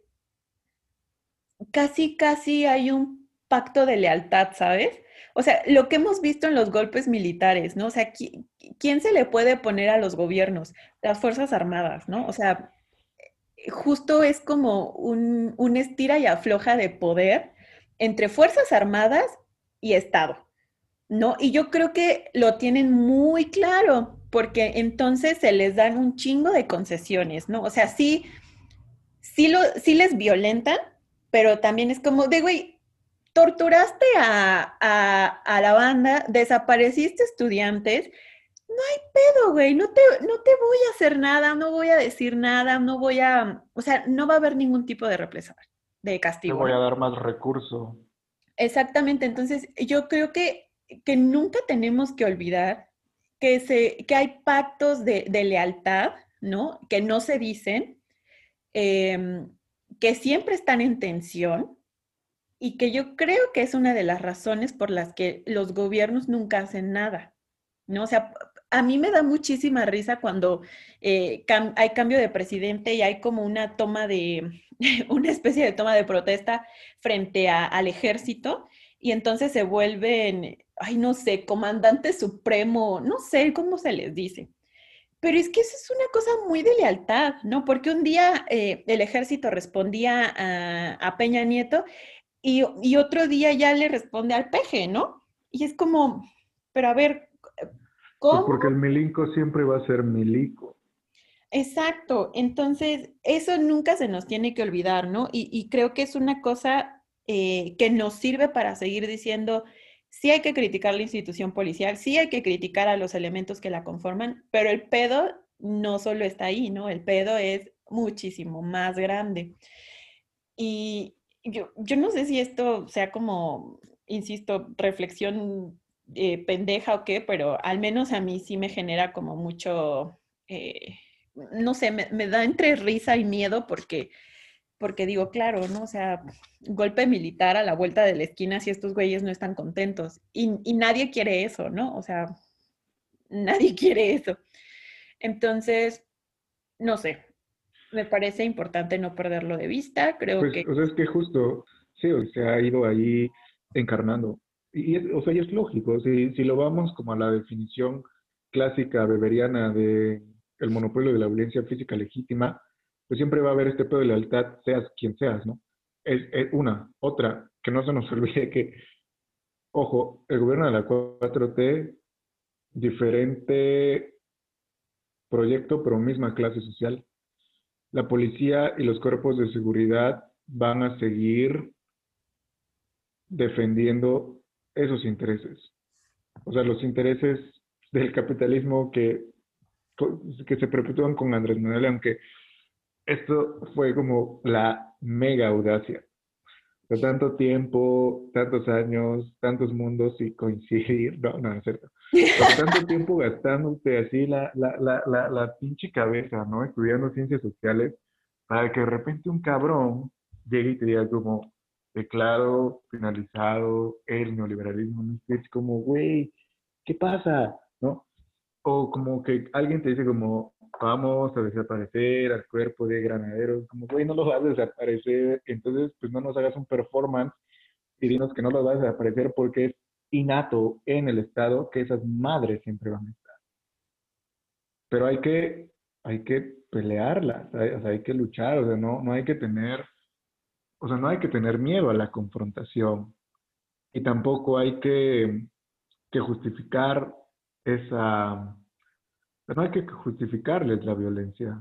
casi, casi hay un pacto de lealtad, ¿sabes? O sea, lo que hemos visto en los golpes militares, ¿no? O sea, ¿qui- ¿quién se le puede poner a los gobiernos? Las Fuerzas Armadas, ¿no? O sea, justo es como un, un estira y afloja de poder entre Fuerzas Armadas y Estado, ¿no? Y yo creo que lo tienen muy claro, porque entonces se les dan un chingo de concesiones, ¿no? O sea, sí, sí, lo, sí les violentan, pero también es como de, güey, torturaste a, a, a la banda, desapareciste estudiantes, no hay pedo, güey, no te, no te voy a hacer nada, no voy a decir nada, no voy a, o sea, no va a haber ningún tipo de represalia, de Te castigo, voy ¿no? a dar más recurso. Exactamente, entonces yo creo que, que nunca tenemos que olvidar que, se, que hay pactos de, de lealtad, ¿no? Que no se dicen, eh, que siempre están en tensión y que yo creo que es una de las razones por las que los gobiernos nunca hacen nada, ¿no? O sea, a mí me da muchísima risa cuando eh, cam hay cambio de presidente y hay como una toma de, una especie de toma de protesta frente a, al ejército y entonces se vuelven, ay, no sé, comandante supremo, no sé cómo se les dice. Pero es que eso es una cosa muy de lealtad, ¿no? Porque un día eh, el ejército respondía a, a Peña Nieto y, y otro día ya le responde al peje, ¿no? Y es como, pero a ver, Pues ¿cómo? porque el milinco siempre va a ser milico. Exacto. Entonces, eso nunca se nos tiene que olvidar, ¿no? Y, y creo que es una cosa eh, que nos sirve para seguir diciendo, sí hay que criticar la institución policial, sí hay que criticar a los elementos que la conforman, pero el pedo no solo está ahí, ¿no? El pedo es muchísimo más grande. Y yo, yo no sé si esto sea como, insisto, reflexión eh, pendeja o qué, pero al menos a mí sí me genera como mucho, eh, no sé, me, me da entre risa y miedo porque, porque digo, claro, ¿no? O sea, golpe militar a la vuelta de la esquina si estos güeyes no están contentos. Y, y nadie quiere eso, ¿no? O sea, nadie quiere eso. Entonces, no sé, me parece importante no perderlo de vista. Creo Pues, que o sea, es que justo, sí, o sea, se ha ido ahí encarnando. Y, y es- o sea, y es lógico, si, si lo vamos como a la definición clásica beberiana de el monopolio de la violencia física legítima, pues siempre va a haber este pedo de lealtad, seas quien seas, ¿no? Es, es una. Otra, que no se nos olvide que, ojo, el gobierno de la cuatro T, diferente proyecto, pero misma clase social. La policía y los cuerpos de seguridad van a seguir defendiendo esos intereses. O sea, los intereses del capitalismo que, que se perpetúan con Andrés Manuel, aunque esto fue como la mega audacia. De tanto tiempo, tantos años, tantos mundos y coincidir, no, no, es cierto. Pero tanto tiempo gastándote así la, la, la, la, la pinche cabeza, ¿no? Estudiando ciencias sociales, para que de repente un cabrón llegue y te diga como, declaro finalizado el neoliberalismo. ¿No? Es como, güey, ¿qué pasa? ¿No? O como que alguien te dice como, vamos a desaparecer al cuerpo de granaderos, como, güey, no lo vas a desaparecer, entonces pues no nos hagas un performance y dinos que no lo vas a desaparecer porque es innato en el Estado que esas madres siempre van a estar. Pero hay que, hay que pelearlas, hay, o sea, hay que luchar, o sea, no, no hay que tener, o sea, no hay que tener miedo a la confrontación y tampoco hay que que justificar esa, no hay que justificarles la violencia.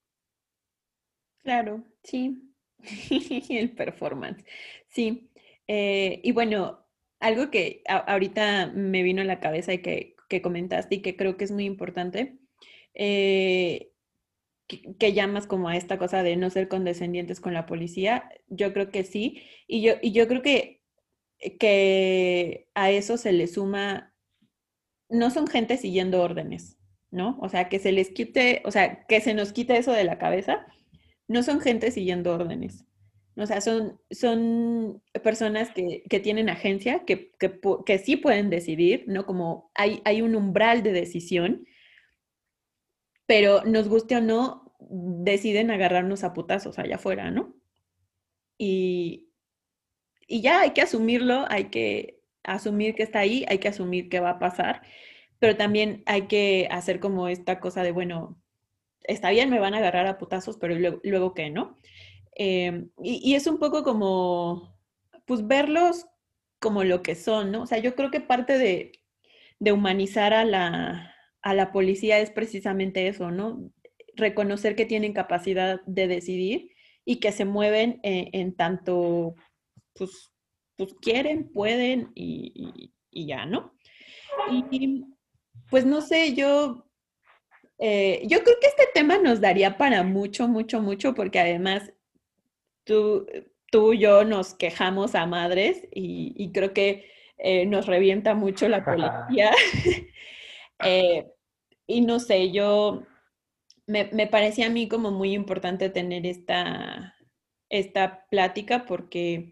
Claro, sí. El performance. Sí. Eh, y bueno, algo que a- ahorita me vino a la cabeza y que, que comentaste y que creo que es muy importante, eh, que, que llamas como a esta cosa de no ser condescendientes con la policía, yo creo que sí. Y yo, y yo creo que, que a eso se le suma, no son gente siguiendo órdenes, ¿no? O sea, que se les quite, o sea, que se nos quite eso de la cabeza, no son gente siguiendo órdenes. O sea, son, son personas que, que tienen agencia, que, que, que, sí pueden decidir, ¿no? Como hay, hay un umbral de decisión, pero nos guste o no, deciden agarrarnos a putazos allá afuera, ¿no? Y, y ya hay que asumirlo, hay que asumir que está ahí, hay que asumir que va a pasar, pero también hay que hacer como esta cosa de, bueno, está bien, me van a agarrar a putazos, pero luego, luego qué, ¿no? Eh, y, y, es un poco como, pues verlos como lo que son, ¿no? O sea, yo creo que parte de, de humanizar a la, a la policía es precisamente eso, ¿no? Reconocer que tienen capacidad de decidir y que se mueven en, en tanto, pues, pues quieren, pueden y, y, y ya, ¿no? Y pues no sé, yo eh, yo creo que este tema nos daría para mucho, mucho, mucho, porque además tú, tú y yo nos quejamos a madres y, y creo que eh, nos revienta mucho la policía. Eh, y no sé, yo me, me parecía a mí como muy importante tener esta, esta plática porque,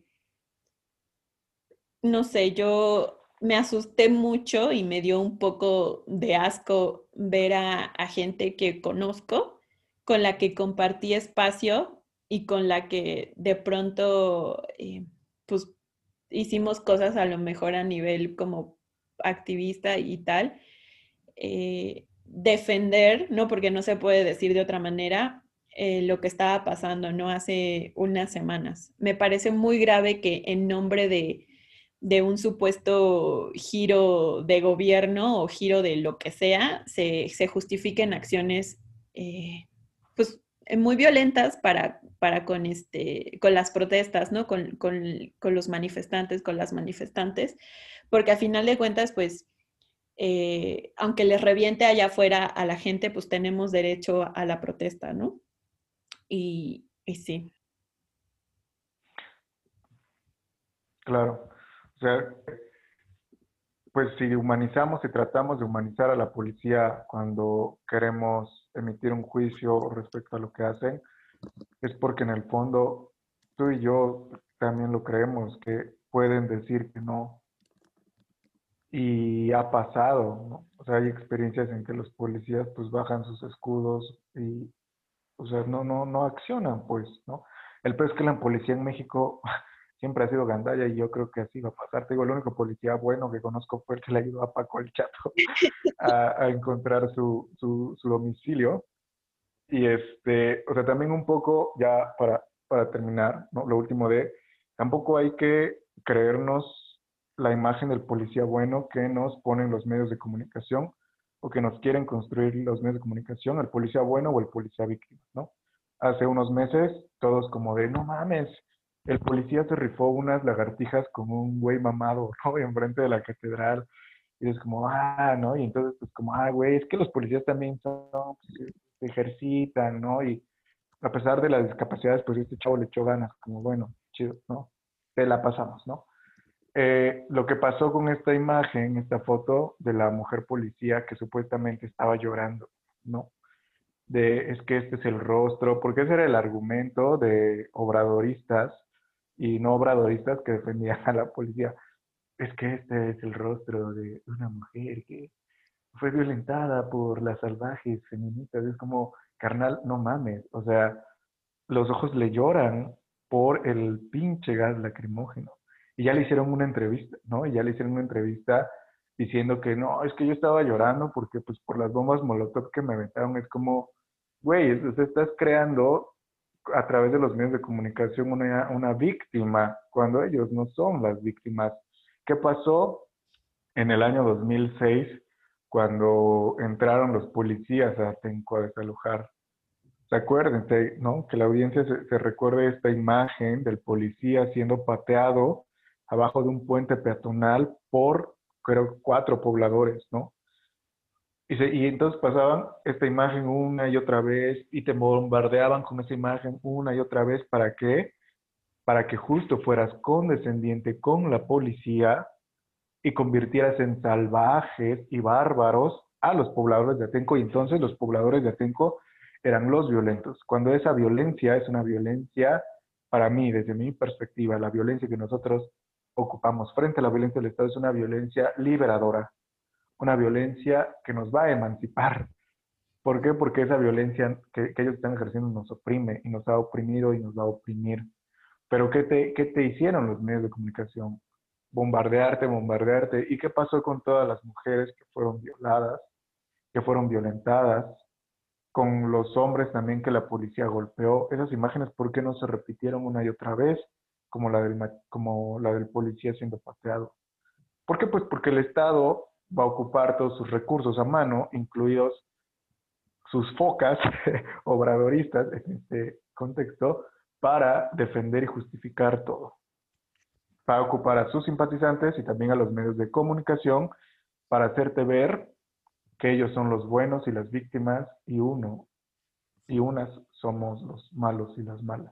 no sé, yo me asusté mucho y me dio un poco de asco ver a, a gente que conozco, con la que compartí espacio y con la que de pronto, eh, pues, hicimos cosas a lo mejor a nivel como activista y tal, eh, defender, ¿no? Porque no se puede decir de otra manera, eh, lo que estaba pasando, ¿no? Hace unas semanas. Me parece muy grave que en nombre de, de un supuesto giro de gobierno o giro de lo que sea, se, se justifiquen acciones, eh, pues, muy violentas para, para con, este, con las protestas, ¿no? Con, con, con los manifestantes, con las manifestantes, porque a final de cuentas, pues, eh, aunque les reviente allá afuera a la gente, pues tenemos derecho a la protesta, ¿no? Y, y sí. Claro. O sea, pues si humanizamos y tratamos de humanizar a la policía cuando queremos emitir un juicio respecto a lo que hacen, es porque en el fondo tú y yo también lo creemos, que pueden decir que no. Y ha pasado, ¿no? O sea, hay experiencias en que los policías pues bajan sus escudos y, o sea, no, no, no accionan, pues, ¿no? El peor es que la policía en México siempre ha sido gandalla y yo creo que así va a pasar. Te digo, el único policía bueno que conozco fue el que le ayudó a Paco el Chato a, a encontrar su, su, su domicilio. Y este, o sea, también un poco, ya para, para terminar, ¿no? Lo último de, tampoco hay que creernos la imagen del policía bueno que nos ponen los medios de comunicación o que nos quieren construir los medios de comunicación, el policía bueno o el policía víctima, ¿no? Hace unos meses, todos como de, no mames, el policía se rifó unas lagartijas con un güey mamado, ¿no? Enfrente de la catedral. Y es como, ah, ¿no? Y entonces, pues como, ah, güey, es que los policías también son, pues, se ejercitan, ¿no? Y a pesar de las discapacidades, pues este chavo le echó ganas, como, bueno, chido, ¿no? Te la pasamos, ¿no? Eh, lo que pasó con esta imagen, esta foto de la mujer policía que supuestamente estaba llorando, ¿no? De, es que este es el rostro, porque ese era el argumento de obradoristas y no obradoristas que defendían a la policía. Es que este es el rostro de una mujer que fue violentada por las salvajes feministas. Es como, carnal, no mames. O sea, los ojos le lloran por el pinche gas lacrimógeno. Y ya le hicieron una entrevista, ¿no? Y ya le hicieron una entrevista diciendo que no, es que yo estaba llorando porque pues por las bombas Molotov que me aventaron. Es como, güey, o sea, estás creando a través de los medios de comunicación una, una víctima cuando ellos no son las víctimas. ¿Qué pasó? en el año dos mil seis, cuando entraron los policías a Atenco a desalojar. ¿Se acuerdan, no? Que la audiencia se, se recuerde esta imagen del policía siendo pateado abajo de un puente peatonal por, creo, cuatro pobladores, ¿no? Y, se, y entonces pasaban esta imagen una y otra vez y te bombardeaban con esa imagen una y otra vez. ¿Para qué? Para que justo fueras condescendiente con la policía y convirtieras en salvajes y bárbaros a los pobladores de Atenco, y entonces los pobladores de Atenco eran los violentos, cuando esa violencia es una violencia, para mí, desde mi perspectiva, la violencia que nosotros ocupamos frente a la violencia del Estado es una violencia liberadora, una violencia que nos va a emancipar. ¿Por qué? Porque esa violencia que, que ellos están ejerciendo nos oprime y nos ha oprimido y nos va a oprimir. Pero ¿qué te, qué te hicieron los medios de comunicación? Bombardearte, bombardearte. ¿Y qué pasó con todas las mujeres que fueron violadas, que fueron violentadas? Con los hombres también que la policía golpeó. Esas imágenes, ¿por qué no se repitieron una y otra vez? Como la del, como la del policía siendo pateado. ¿Por qué? Pues porque el Estado va a ocupar todos sus recursos a mano, incluidos sus focas obradoristas en este contexto, para defender y justificar todo. Va a ocupar a sus simpatizantes y también a los medios de comunicación para hacerte ver que ellos son los buenos y las víctimas y uno y unas somos los malos y las malas.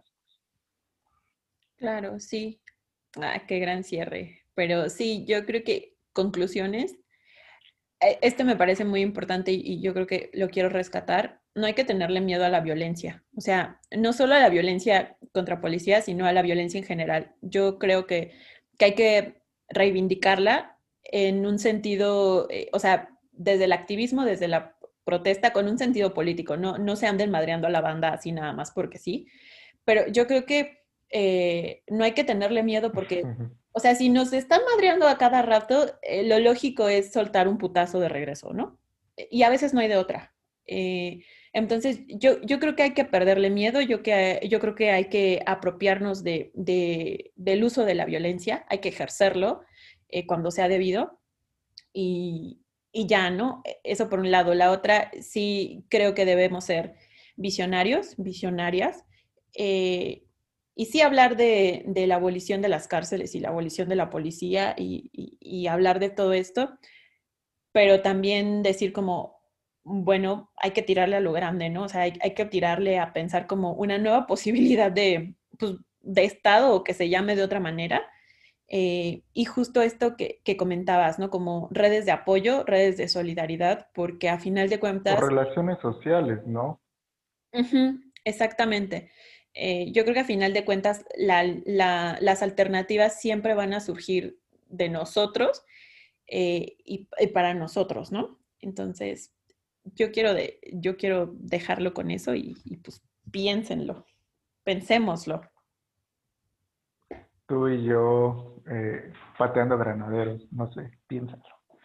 Claro, sí. Ah, qué gran cierre. Pero sí, yo creo que conclusiones. eh, Este me parece muy importante y y yo creo que lo quiero rescatar. No hay que tenerle miedo a la violencia. O sea, no solo a la violencia contra policías, sino a la violencia en general. Yo creo que, que hay que reivindicarla en un sentido, eh, o sea, desde el activismo, desde la protesta, con un sentido político. No, no se anden madreando a la banda así nada más porque sí. Pero yo creo que eh, no hay que tenerle miedo porque, o sea, si nos están madreando a cada rato, eh, lo lógico es soltar un putazo de regreso, ¿no? Y a veces no hay de otra. Eh, entonces, yo, yo creo que hay que perderle miedo, yo, que, yo creo que hay que apropiarnos de, de, del uso de la violencia, hay que ejercerlo eh, cuando sea debido y, y ya, ¿no? Eso por un lado. La otra, sí creo que debemos ser visionarios, visionarias, eh, y sí hablar de, de, la abolición de las cárceles y la abolición de la policía y, y, y hablar de todo esto, pero también decir como, bueno, hay que tirarle a lo grande, ¿no? O sea, hay, hay que tirarle a pensar como una nueva posibilidad de, pues, de Estado o que se llame de otra manera. Eh, y justo esto que, que, comentabas, ¿no? Como redes de apoyo, redes de solidaridad, porque a final de O cuentas... relaciones sociales, ¿no? Uh-huh, exactamente. Eh, yo creo que a final de cuentas la, la, las alternativas siempre van a surgir de nosotros eh, y, y, para nosotros, ¿no? Entonces, yo quiero, de, yo quiero dejarlo con eso y, y pues piénsenlo, pensémoslo. Tú y yo eh, pateando granaderos, no sé, piénsalo.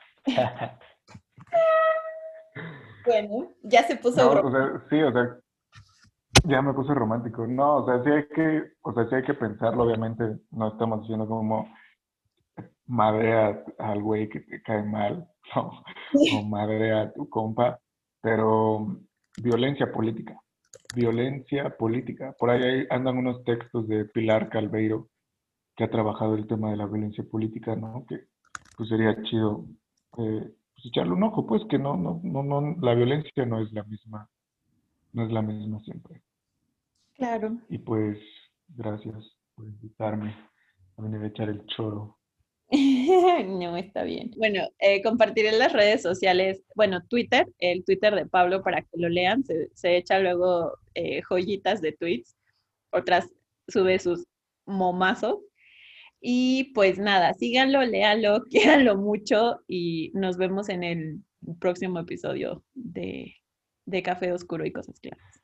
Bueno, ya se puso No, bro. o sea, sí, o sea, ya me puse romántico. No, o sea, sí hay que, o sea, sí hay que pensarlo, obviamente, no estamos diciendo como madre al güey que te cae mal, ¿no? O madre a tu compa, pero violencia política, violencia política. Por ahí hay- andan unos textos de Pilar Calveiro que ha trabajado el tema de la violencia política, ¿no? Que pues sería chido eh, pues echarle un ojo, pues que no, no, no, no, la violencia no es la misma, no es la misma siempre. Claro. Y pues, gracias por invitarme a venir a echar el choro. No, está bien. Bueno, eh, compartiré en las redes sociales, bueno, Twitter, el Twitter de Pablo para que lo lean, se, se echa luego eh, joyitas de tweets, otras sube sus momazos. Y pues nada, síganlo, léanlo, quiéranlo mucho y nos vemos en el próximo episodio de, de Café Oscuro y Cosas Claras.